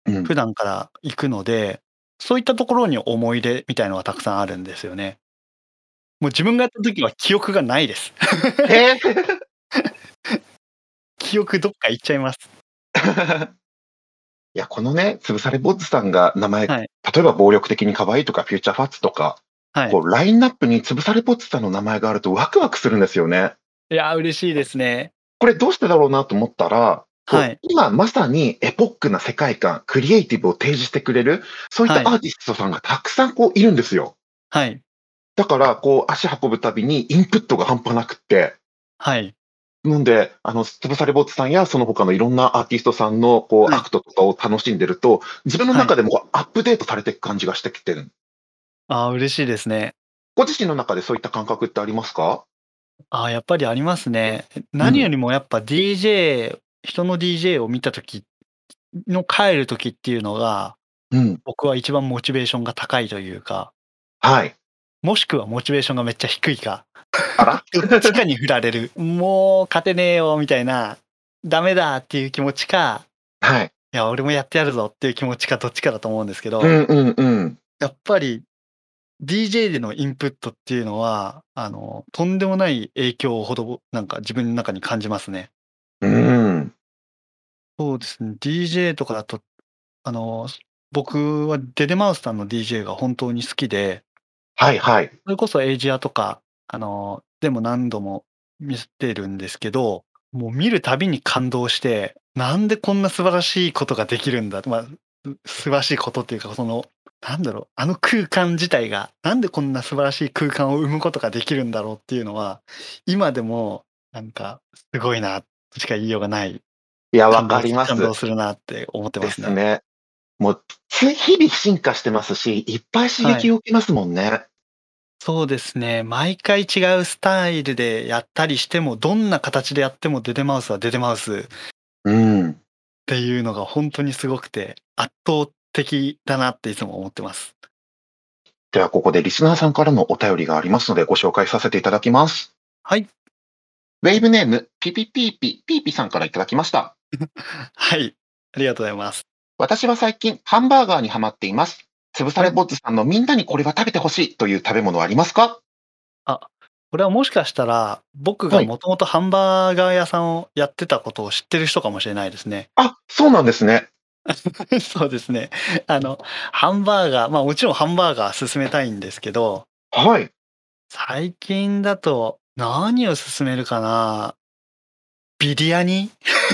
Speaker 2: 普段から行くので、そういったところに思い出みたいのがたくさんあるんですよね。もう自分がやった時は記憶がないです。
Speaker 3: ええ。
Speaker 2: 記憶どっか行っちゃいます。
Speaker 3: いや、このね、潰されボッズさんが名前、
Speaker 2: はい。
Speaker 3: 例えば暴力的に可愛いとか、フューチャーファッツとか、
Speaker 2: はい。
Speaker 3: こうラインナップに潰されボッズさんの名前があるとワクワクするんですよね。
Speaker 2: いや、嬉しいですね。
Speaker 3: これどうしてだろうなと思ったら、こう
Speaker 2: はい。
Speaker 3: 今まさにエポックな世界観、クリエイティブを提示してくれる、そういっ
Speaker 2: はい。
Speaker 3: たアーティストさんがたくさんこういるんですよ。
Speaker 2: はい。
Speaker 3: だから、こう足運ぶたびにインプットが半端なくって。
Speaker 2: はい。
Speaker 3: なんで、あの、潰されボッツさんやその他のいろんなアーティストさんのこう
Speaker 2: はい。
Speaker 3: アクトとかを楽しんでると、自分の
Speaker 2: はい。
Speaker 3: 中でもこうアップデートされていく感じがしてきてる。
Speaker 2: ああ、嬉しいですね。
Speaker 3: ご自身の中でそういった感覚ってありますか？
Speaker 2: ああ、やっぱりありますね。
Speaker 3: うん。
Speaker 2: 何よりもやっぱ ディージェー 人の ディージェー を見た時の帰る時っていうのが、
Speaker 3: うん。
Speaker 2: 僕は一番モチベーションが高いというか、
Speaker 3: はい。
Speaker 2: もしくはモチベーションがめっちゃ低いか、
Speaker 3: あら？
Speaker 2: どっちかに振られる、もう勝てねえよみたいな、ダメだっていう気持ちか、
Speaker 3: はい。
Speaker 2: いや俺もやってやるぞっていう気持ちかどっちかだと思うんですけど、
Speaker 3: うんうんうん。
Speaker 2: やっぱり ディージェー でのインプットっていうのは、あの、とんでもない影響をほどなんか自分の中に感じますね。
Speaker 3: うーん。
Speaker 2: そうですね、ディージェー とかだと、あの、僕はデデマウスさんの ディージェー が本当に好きで、
Speaker 3: はいはい。
Speaker 2: それこそエイジアとか、あの、でも何度も見てるんですけど、もう見るたびに感動して、なんでこんな素晴らしいことができるんだ、まあ、素晴らしいことっていうか、その、なんだろう、あの空間自体が、なんでこんな素晴らしい空間を生むことができるんだろうっていうのは、今でもなんかすごいなとしか言いようがない、
Speaker 3: いや、わ
Speaker 2: 感動
Speaker 3: かります。
Speaker 2: 感動するなって思ってますね。
Speaker 3: ですね。もう、つ日々進化してますし、いっぱい刺
Speaker 2: はい。
Speaker 3: 激を受けますもんね。
Speaker 2: そうですね。毎回違うスタイルでやったりしても、どんな形でやってもデデマウスはデデマウスっ
Speaker 3: うん。
Speaker 2: ていうのが本当にすごくて、圧倒的だなっていつも思ってます。
Speaker 3: では、ここでリスナーさんからのお便りがありますので、ご紹介させていただきます。
Speaker 2: はい。
Speaker 3: ウェイブネーム、ピピピーピ、ピーピさんからいただきました。
Speaker 2: はい。ありがとうございます。
Speaker 3: 私は最近、ハンバーガーにハマっています。潰さ
Speaker 2: はい。
Speaker 3: れボッズさんのみんなにこれは食べてほしいという食べ物はありますか？
Speaker 2: あ、これはもしかしたら、僕が
Speaker 3: はい。
Speaker 2: もともとハンバーガー屋さんをやってたことを知ってる人かもしれないですね。
Speaker 3: あ、そうなんですね。
Speaker 2: そうですね。あの、ハンバーガー、まあもちろんハンバーガー勧めたいんですけど、
Speaker 3: はい。
Speaker 2: 最近だと何を勧めるかな。ビリヤニ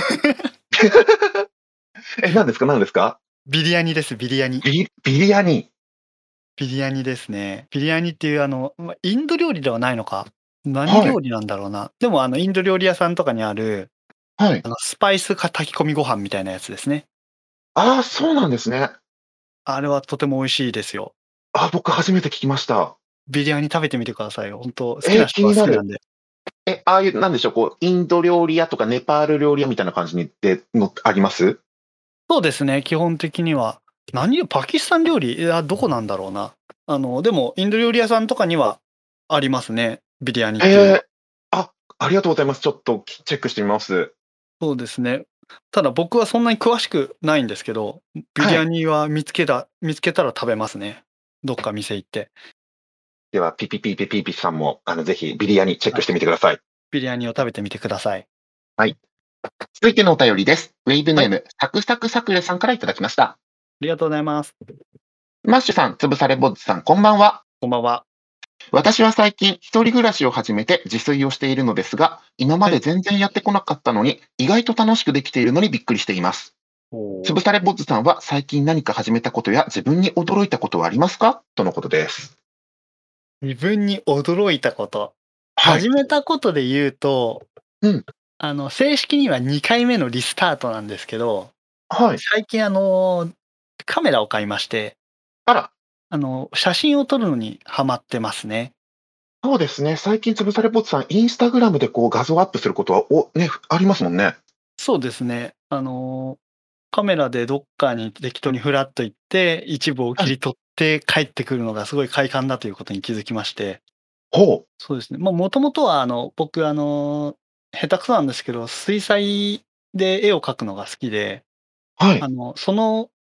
Speaker 3: え、何ですか何ですか？
Speaker 2: ビリヤニです、ビリヤニ。
Speaker 3: ビビリヤニ。
Speaker 2: ビリヤニですね。ビリヤニっていうあの、ま、インド料理ではないのか。何
Speaker 3: はい。
Speaker 2: 料理なんだろうな。でもあのインド料理屋さんとかにある、
Speaker 3: はい。
Speaker 2: あのスパイスか炊き込みご飯みたいなやつですね。
Speaker 3: ああ、そうなんですね。
Speaker 2: あれはとても美味しいですよ。
Speaker 3: あ、僕初めて聞きました。
Speaker 2: ビリヤニ食べてみてくださいよ。ほんと好き
Speaker 3: えー、
Speaker 2: な人
Speaker 3: 気になる。
Speaker 2: は好きなんで。
Speaker 3: え、ああいう、なんでしょう、こう、インド料理屋とかネパール料理屋みたいな感じにでのあります？
Speaker 2: そうですね、基本的には。何よパキスタン料理、いや、どこなんだろうな。あの、でもインド料理屋さんとかにはありますね、ビリヤニっていうのは。
Speaker 3: ええ。あ、ありがとうございます。ちょっとチェックしてみます。
Speaker 2: そうですね。ただ僕はそんなに詳しくないんですけど、ビリ
Speaker 3: はい。
Speaker 2: ヤニは見つけた見つけたら食べますね。どっか店行って。
Speaker 3: では、ピピピピピピさんも、あの、ぜひビリヤニチェッ
Speaker 2: はい。
Speaker 3: クしてみてください。
Speaker 2: ビリヤニを食べてみてください。
Speaker 3: はい。続いてのお便りです。ウェイブ
Speaker 2: はい、
Speaker 3: ネーム、サクサクサクレさんからいただきました。
Speaker 2: ありがとうございます。
Speaker 3: マッシュさん、つぶされぼっちさん、こんばんは。
Speaker 2: こんばんは。
Speaker 3: 私は最近、一人暮らしを始めて自炊をしているのですが、今ま
Speaker 2: はい。
Speaker 3: で全然やってこなかったのに、意外と楽しくできているのにびっくりしています。
Speaker 2: おお。
Speaker 3: つぶされぼっちさんは最近何か始めたことや自分に驚いたことはありますかとのことです。
Speaker 2: 自分に驚いたこと。
Speaker 3: はい。
Speaker 2: 始めたことで言うと、
Speaker 3: うん。
Speaker 2: あの、正式にはにかいめのリスタートなんですけど、
Speaker 3: はい。
Speaker 2: 最近あの、カメラを買いまして、
Speaker 3: あら、
Speaker 2: あの、写真を撮るのにハマってますね。
Speaker 3: そうですね。最近、つぶされぼっちさん、インスタグラムでこう画像アップすることは、お、ね、ありますもんね。
Speaker 2: そうですね。あの、カメラでどっかに適当にフラッと行って、一部を
Speaker 3: はい。
Speaker 2: 切り取って帰ってくるのがすごい快感だということに気づきまして。
Speaker 3: ほう。
Speaker 2: そうですね。ま、もともとはあの、僕あの、下手くそなんですけど、水彩で絵を描くのが好きで、
Speaker 3: はい。
Speaker 2: あの、その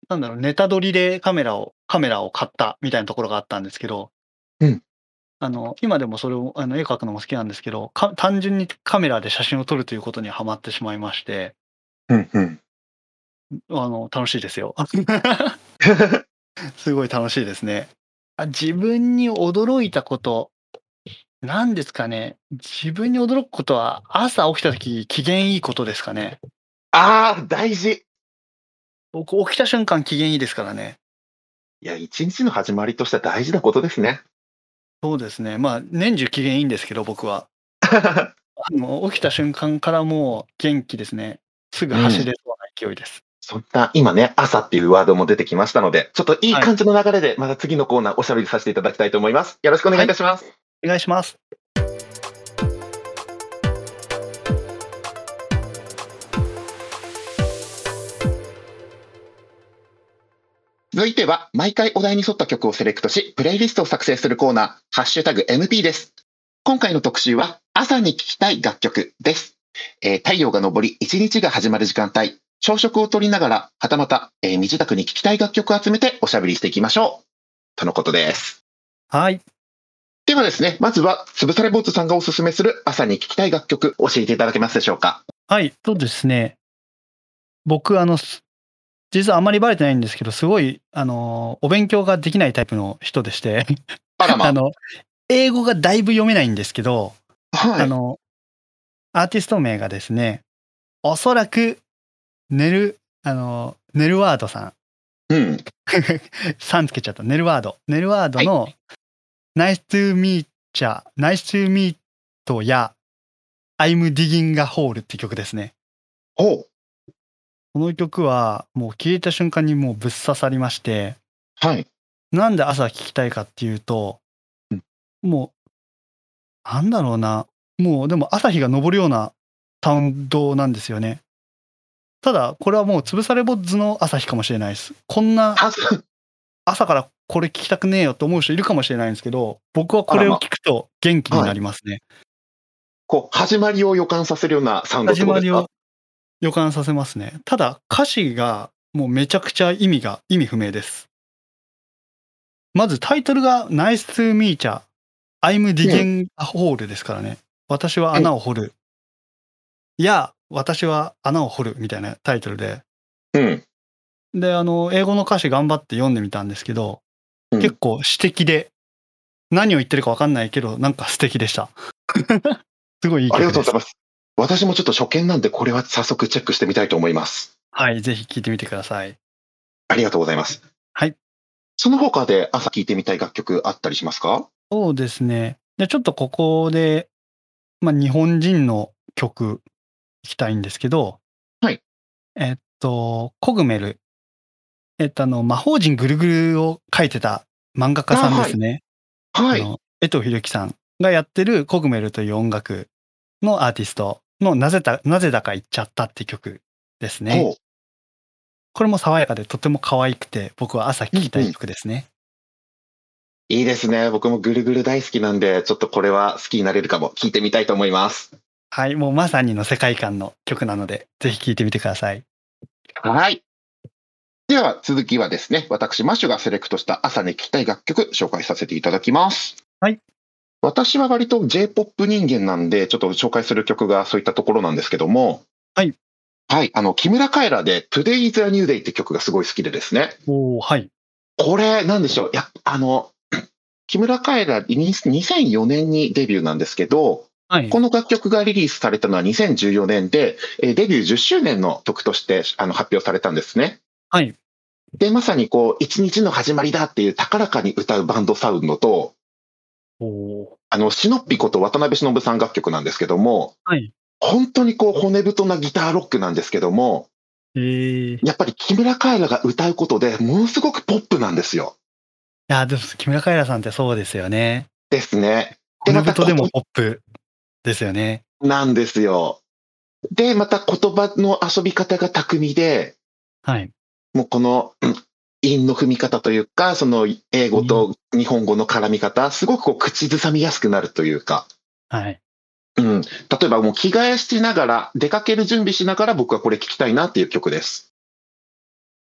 Speaker 2: なんだろう、ネタ撮りでカメラをカメラを買ったみたいなところがあったんですけど、
Speaker 3: うん。
Speaker 2: あの、今でもそれを、あの、絵描くのも好きなんですけど、か単純にカメラで写真を撮るということにはまってしまいまして、
Speaker 3: うんうん。
Speaker 2: あの、楽しいですよ。すごい楽しいですね。あ、自分に驚いたこと、なんですかね。自分に驚くことは、朝起きた時、機嫌いいことですかね。
Speaker 3: ああ、大事。
Speaker 2: 僕起きた瞬間機嫌いいですからね。
Speaker 3: いや、一日の始まりとしては大事なことですね。
Speaker 2: そうですね。まあ、年中機嫌いいんですけど、僕は。あの、起きた瞬間からもう元気ですね。すぐ
Speaker 3: うん。
Speaker 2: 走れそうな勢いです。
Speaker 3: そんな、今ね、朝っていうワードも出てきましたので、ちょっといい
Speaker 2: はい。
Speaker 3: 感じの流れで、また次のコーナーおしゃべりさせていただきたいと思います。よろしくお願
Speaker 2: はい、
Speaker 3: いいたします。
Speaker 2: お願いします。
Speaker 3: 続いては、毎回お題に沿った曲をセレクトし、プレイリストを作成するコーナー、ハッシュタグ エムピー です。今回の特集は、朝に聴きたい楽曲です。えー太陽が昇り、一日が始まる時間帯、朝食をとりながら、はたまた、えー身支度に聴きたい楽曲を集めておしゃべりしていきましょう。とのことです。
Speaker 2: はい。
Speaker 3: ではですね、まずは、つぶされ坊主さんがおすすめする朝に聴きたい楽曲、教えていただけますでしょうか。
Speaker 2: はい、そうですね。僕、あの、す実はあんまりバレてないんですけど、すごい、あの、お勉強ができないタイプの人でして、
Speaker 3: あらま
Speaker 2: あの、英語がだいぶ読めないんですけど、
Speaker 3: あ。はい。
Speaker 2: あの、アーティスト名がですね、おそらく、ネルあの、ネルワードさん。
Speaker 3: うん。
Speaker 2: さんつけちゃった。ネルワード。ネルワード
Speaker 3: はい。
Speaker 2: の Nice to meet ya, Nice to meet や I'm digging a hole って曲ですね。
Speaker 3: ほう。
Speaker 2: この曲はもう聴いた瞬間にもうぶっ刺さりまして、
Speaker 3: はい。
Speaker 2: なんで朝聴きたいかっていうと、
Speaker 3: うん。
Speaker 2: もうなんだろうな、もうでも朝日が昇るようなサウンドなんですよね。ただ、これはもう潰されボッズの朝日かもしれないです。こんな
Speaker 3: あ、そう。
Speaker 2: 朝からこれ聴きたくねえよと思う人いるかもしれないんですけど、僕はこれを
Speaker 3: あらま
Speaker 2: 聴くと元気
Speaker 3: あ。
Speaker 2: に
Speaker 3: はい。
Speaker 2: なりますね。
Speaker 3: こう、始まりを予感させるようなサウンドってことですか？
Speaker 2: 始まりを予感させますね。ただ、歌詞がもうめちゃくちゃ意味が意味不明です。まずタイトルが Nice to meet ya, I'm
Speaker 3: うん。
Speaker 2: digging a hole ですからね。私は
Speaker 3: うん。
Speaker 2: 穴を掘る。いや、私は穴を掘るみたいなタイトルで。
Speaker 3: うん。
Speaker 2: で、あの、英語の歌詞頑張って読んでみたんですけど、
Speaker 3: うん。
Speaker 2: 結構詩的で、何を言ってるかわかんないけど、なんか素敵でした。すごいいい
Speaker 3: ありが
Speaker 2: 曲です。
Speaker 3: とうございます。私もちょっと初見なんで、これは早速チェックしてみたいと思います。
Speaker 2: はい、ぜひ聴いてみてください。
Speaker 3: ありがとうございます。
Speaker 2: はい。
Speaker 3: その他で朝聴いてみたい楽曲あったりしますか？
Speaker 2: そうですね。で、ちょっとここで、ま、日本人の曲いきたいんですけど、
Speaker 3: はい。
Speaker 2: えっと、コグメル、えっと、あの、魔法陣ぐるぐるを描いてた漫画家さ
Speaker 3: あ、はい。
Speaker 2: んですね。
Speaker 3: はい。
Speaker 2: あの、江藤弘樹さんがやってるコグメルという音楽のアーティストのなぜだなぜだか言っちゃったって曲ですね。
Speaker 3: ほう。
Speaker 2: これも爽やかでとても可愛くて、僕は朝聴きたい
Speaker 3: うんうん。
Speaker 2: 曲ですね。
Speaker 3: いいですね。僕もぐるぐる大好きなんで、ちょっとこれは好きになれるかも。聴いてみたいと思います。
Speaker 2: はい、もうまさにの世界観の曲なので、ぜひ聴いてみてください。
Speaker 3: はい。では続きはですね、私マッシュがセレクトした朝に聴きたい楽曲紹介させていただきます。
Speaker 2: はい。
Speaker 3: 私は割と J-ポップ 人間なんで、ちょっと紹介する曲がそういったところなんですけども、
Speaker 2: はい。
Speaker 3: はい、あの、木村カエラで Today is a New Day って曲がすごい好きでですね。
Speaker 2: おお、はい。
Speaker 3: これ、なんでしょう。やあの、木村カエラ、ににせんよねんにデビューなんですけど、
Speaker 2: はい。
Speaker 3: この楽曲がリリースされたのはにせんじゅうよねんで、えーデビューじゅっしゅうねんの曲としてあの発表されたんですね。
Speaker 2: はい。
Speaker 3: で、まさにこう、一日の始まりだっていう高らかに歌うバンドサウンドと、
Speaker 2: おお。
Speaker 3: あの、シノッピこと渡辺忍さん楽曲なんですけども、
Speaker 2: はい。
Speaker 3: 本当にこう骨太なギターロックなんですけども、
Speaker 2: ええ。い
Speaker 3: やっぱり木村カエラが歌うことでものすごくポップなんですよ。
Speaker 2: や、でも木村カエラさんってそうですよね。
Speaker 3: ですね。で、
Speaker 2: 骨
Speaker 3: またこと
Speaker 2: 太でもポップですよね。
Speaker 3: なんですよ。で、また言葉の遊び方が巧みで、
Speaker 2: はい。
Speaker 3: もうこの、うん、韻の踏み方というか、その英
Speaker 2: うん。
Speaker 3: 語と日本語の絡み方、すごくこう口ずさみやすくなるというか、
Speaker 2: はい。
Speaker 3: うん、例えばもう着替えしながら、出かける準備しながら僕はこれ聴きたいなっていう曲です。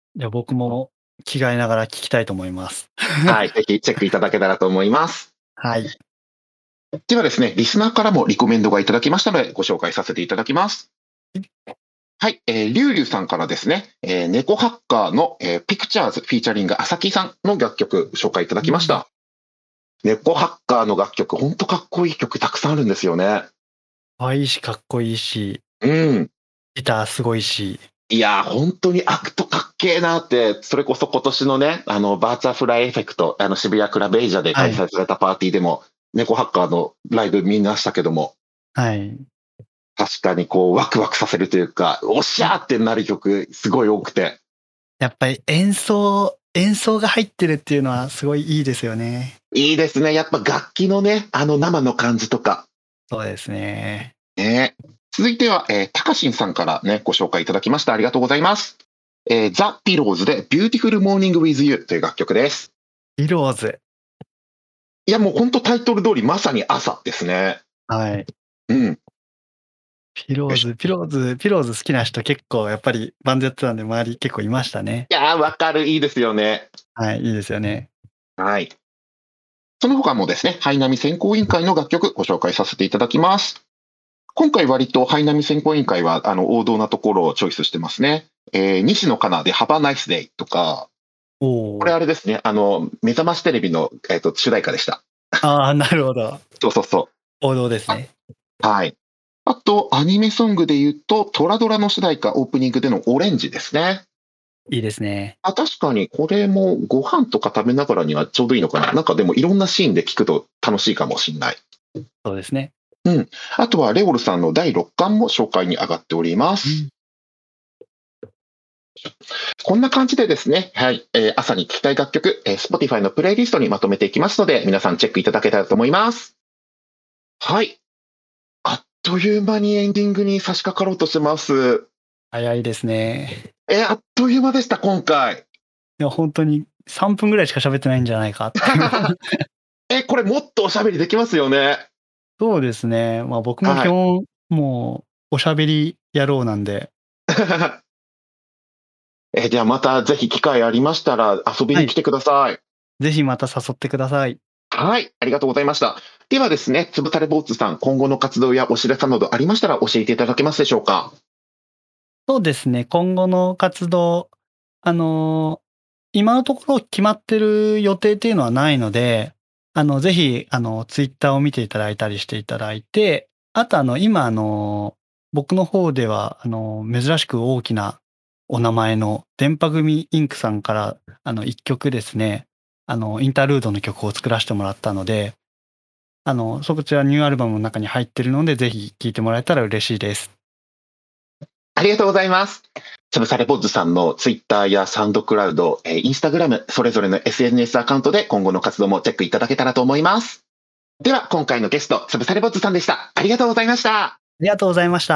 Speaker 2: じゃあ僕も着替えながら聞きたいと思います。
Speaker 3: はい、ぜひチェックいただけたらと思います。
Speaker 2: はい。
Speaker 3: ではですね、リスナーからもリコメンドがいただきましたので、ご紹介させていただきます。はい、えー、リュウリュウさんからですね、えー、猫ハッカーの、えー、ピクチャーズフィーチャリングあさきさんの楽曲紹介いただきました。うん、猫ハッカーの楽曲、ほんとかっこいい曲たくさんあるんですよね。
Speaker 2: 可愛いし、かっこいいし、
Speaker 3: うん。
Speaker 2: ギターすごいし。
Speaker 3: いやー、本当にアクトかっけえなって、それこそ今年のね、あの、バーチャフライエフェクト、あの、渋谷クラブエイジャで開催されたパーティーでも、はい、猫ハッカーのライブ見ましたけども。
Speaker 2: はい。
Speaker 3: 確かにこう、ワクワクさせるというか、おっしゃーってなる曲、すごい多くて。
Speaker 2: やっぱり演奏、演奏が入ってるっていうのはすごいいいですよね。
Speaker 3: いいですね。やっぱ楽器のね、あの生の感じとか。
Speaker 2: そうですね。
Speaker 3: ね。続いては、えー、たかしんさんからね、ご紹介いただきました。ありがとうございます。えー、ザ・ピローズで Beautiful Morning with You という楽曲です。
Speaker 2: ピローズ。
Speaker 3: いや、もう本当タイトル通りまさに朝ですね。
Speaker 2: はい。
Speaker 3: うん。
Speaker 2: ピローズ、ピローズ、ピローズ好きな人結構やっぱりバンドやってたんで周り結構いましたね。
Speaker 3: いやー、わかる。いいですよね。
Speaker 2: はい、いいですよね。
Speaker 3: はい。その他もですね、ハイナミ選考委員会の楽曲ご紹介させていただきます。今回割とハイナミ選考委員会はあの王道なところをチョイスしてますね。えー、西野カナで Have a Nice Day とか、
Speaker 2: お
Speaker 3: これあれですね、あの、目覚ましテレビの、えーと、主題歌でした。
Speaker 2: ああ、なるほど。
Speaker 3: そうそうそう。
Speaker 2: 王道ですね。
Speaker 3: はい。あと、アニメソングで言うと、トラドラの主題歌オープニングでのオレンジですね。
Speaker 2: いいですね。
Speaker 3: あ、確かにこれもご飯とか食べながらにはちょうどいいのかな。なんかでもいろんなシーンで聞くと楽しいかもしれない。
Speaker 2: そうですね。
Speaker 3: うん。あとはレオルさんのだいろっかんも紹介に上がっております。うん、こんな感じでですね、はい、えー、朝に聴きたい楽曲、えー、Spotify のプレイリストにまとめていきますので、皆さんチェックいただけたらと思います。はい。あっという間にエンディングに差し掛かろうとしてます。
Speaker 2: 早いですね。
Speaker 3: えー、あっという間でした、今回。
Speaker 2: いや、本当にさんぷんぐらいしか喋ってないんじゃないかって。
Speaker 3: え、これもっとおしゃべりできますよね。
Speaker 2: そうですね。まあ僕も基本、はい、もうおしゃべり野郎なんで。
Speaker 3: え、じゃあまたぜひ機会ありましたら遊びに来てください。はい、
Speaker 2: ぜひまた誘ってください。
Speaker 3: はい、ありがとうございました。ではですね、つぶされ坊主さん、今後の活動やお知らせなどありましたら教えていただけますでしょうか。
Speaker 2: そうですね、今後の活動、あの、今のところ決まってる予定っていうのはないので、あの、ぜひ、あの、ツイッターを見ていただいたりしていただいて、あと、あの、今、あの、僕の方では、あの、珍しく大きなお名前の電波組インクさんから、あの、一曲ですね、あの、インタールードの曲を作らせてもらったので、あの、そちらニューアルバムの中に入ってるので、ぜひ聴いてもらえたら嬉しいです。
Speaker 3: ありがとうございます。つぶされ坊主さんのツイッターやサウンドクラウド、インスタグラム、それぞれの エスエヌエス アカウントで今後の活動もチェックいただけたらと思います。では、今回のゲスト、つぶされ坊主さんでした。ありがとうございました。
Speaker 2: ありがとうございました。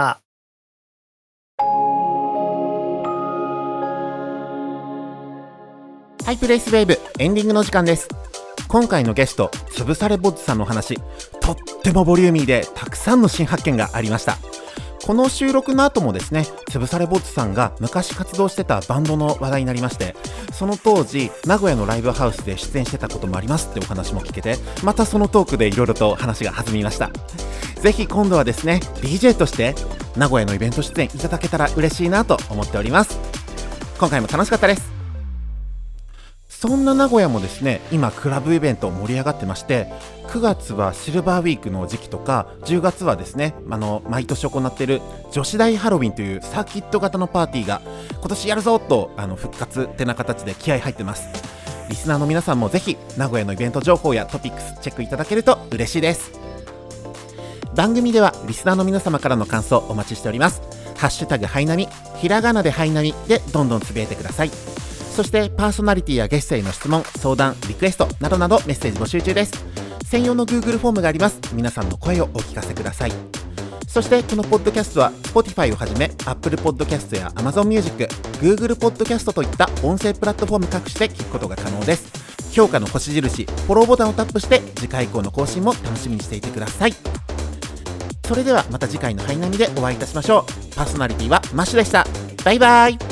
Speaker 1: ハイプレイスウェーブエンディングの時間です。今回のゲスト、つぶされ坊主さんの話、とってもボリューミーでたくさんの新発見がありました。この収録の後もですね、つぶされ坊主さんが昔活動してたバンドの話題になりまして、その当時名古屋のライブハウスで出演してたこともありますってお話も聞けて、またそのトークでいろいろと話が弾みました。ぜひ今度はですね、 ディージェー として名古屋のイベント出演いただけたら嬉しいなと思っております。今回も楽しかったです。そんな名古屋もですね、今クラブイベント盛り上がってまして、くがつはシルバーウィークの時期とか、じゅうがつはですね、あの毎年行っている女子大ハロウィンというサーキット型のパーティーが今年やるぞとあの復活ってな形で気合入ってます。リスナーの皆さんもぜひ名古屋のイベント情報やトピックスチェックいただけると嬉しいです。番組ではリスナーの皆様からの感想お待ちしております。ハッシュタグハイナミ、ひらがなでハイナミでどんどんつぶやいてください。そしてパーソナリティやゲストへの質問、相談、リクエストなどなどメッセージ募集中です。専用の Google フォームがあります。皆さんの声をお聞かせください。そしてこのポッドキャストは Spotify をはじめ Apple Podcast や Amazon Music、Google Podcast といった音声プラットフォーム各種で聞くことが可能です。評価の星印、フォローボタンをタップして次回以降の更新も楽しみにしていてください。それではまた次回のハイナミでお会いいたしましょう。パーソナリティはマッシュでした。バイバイ。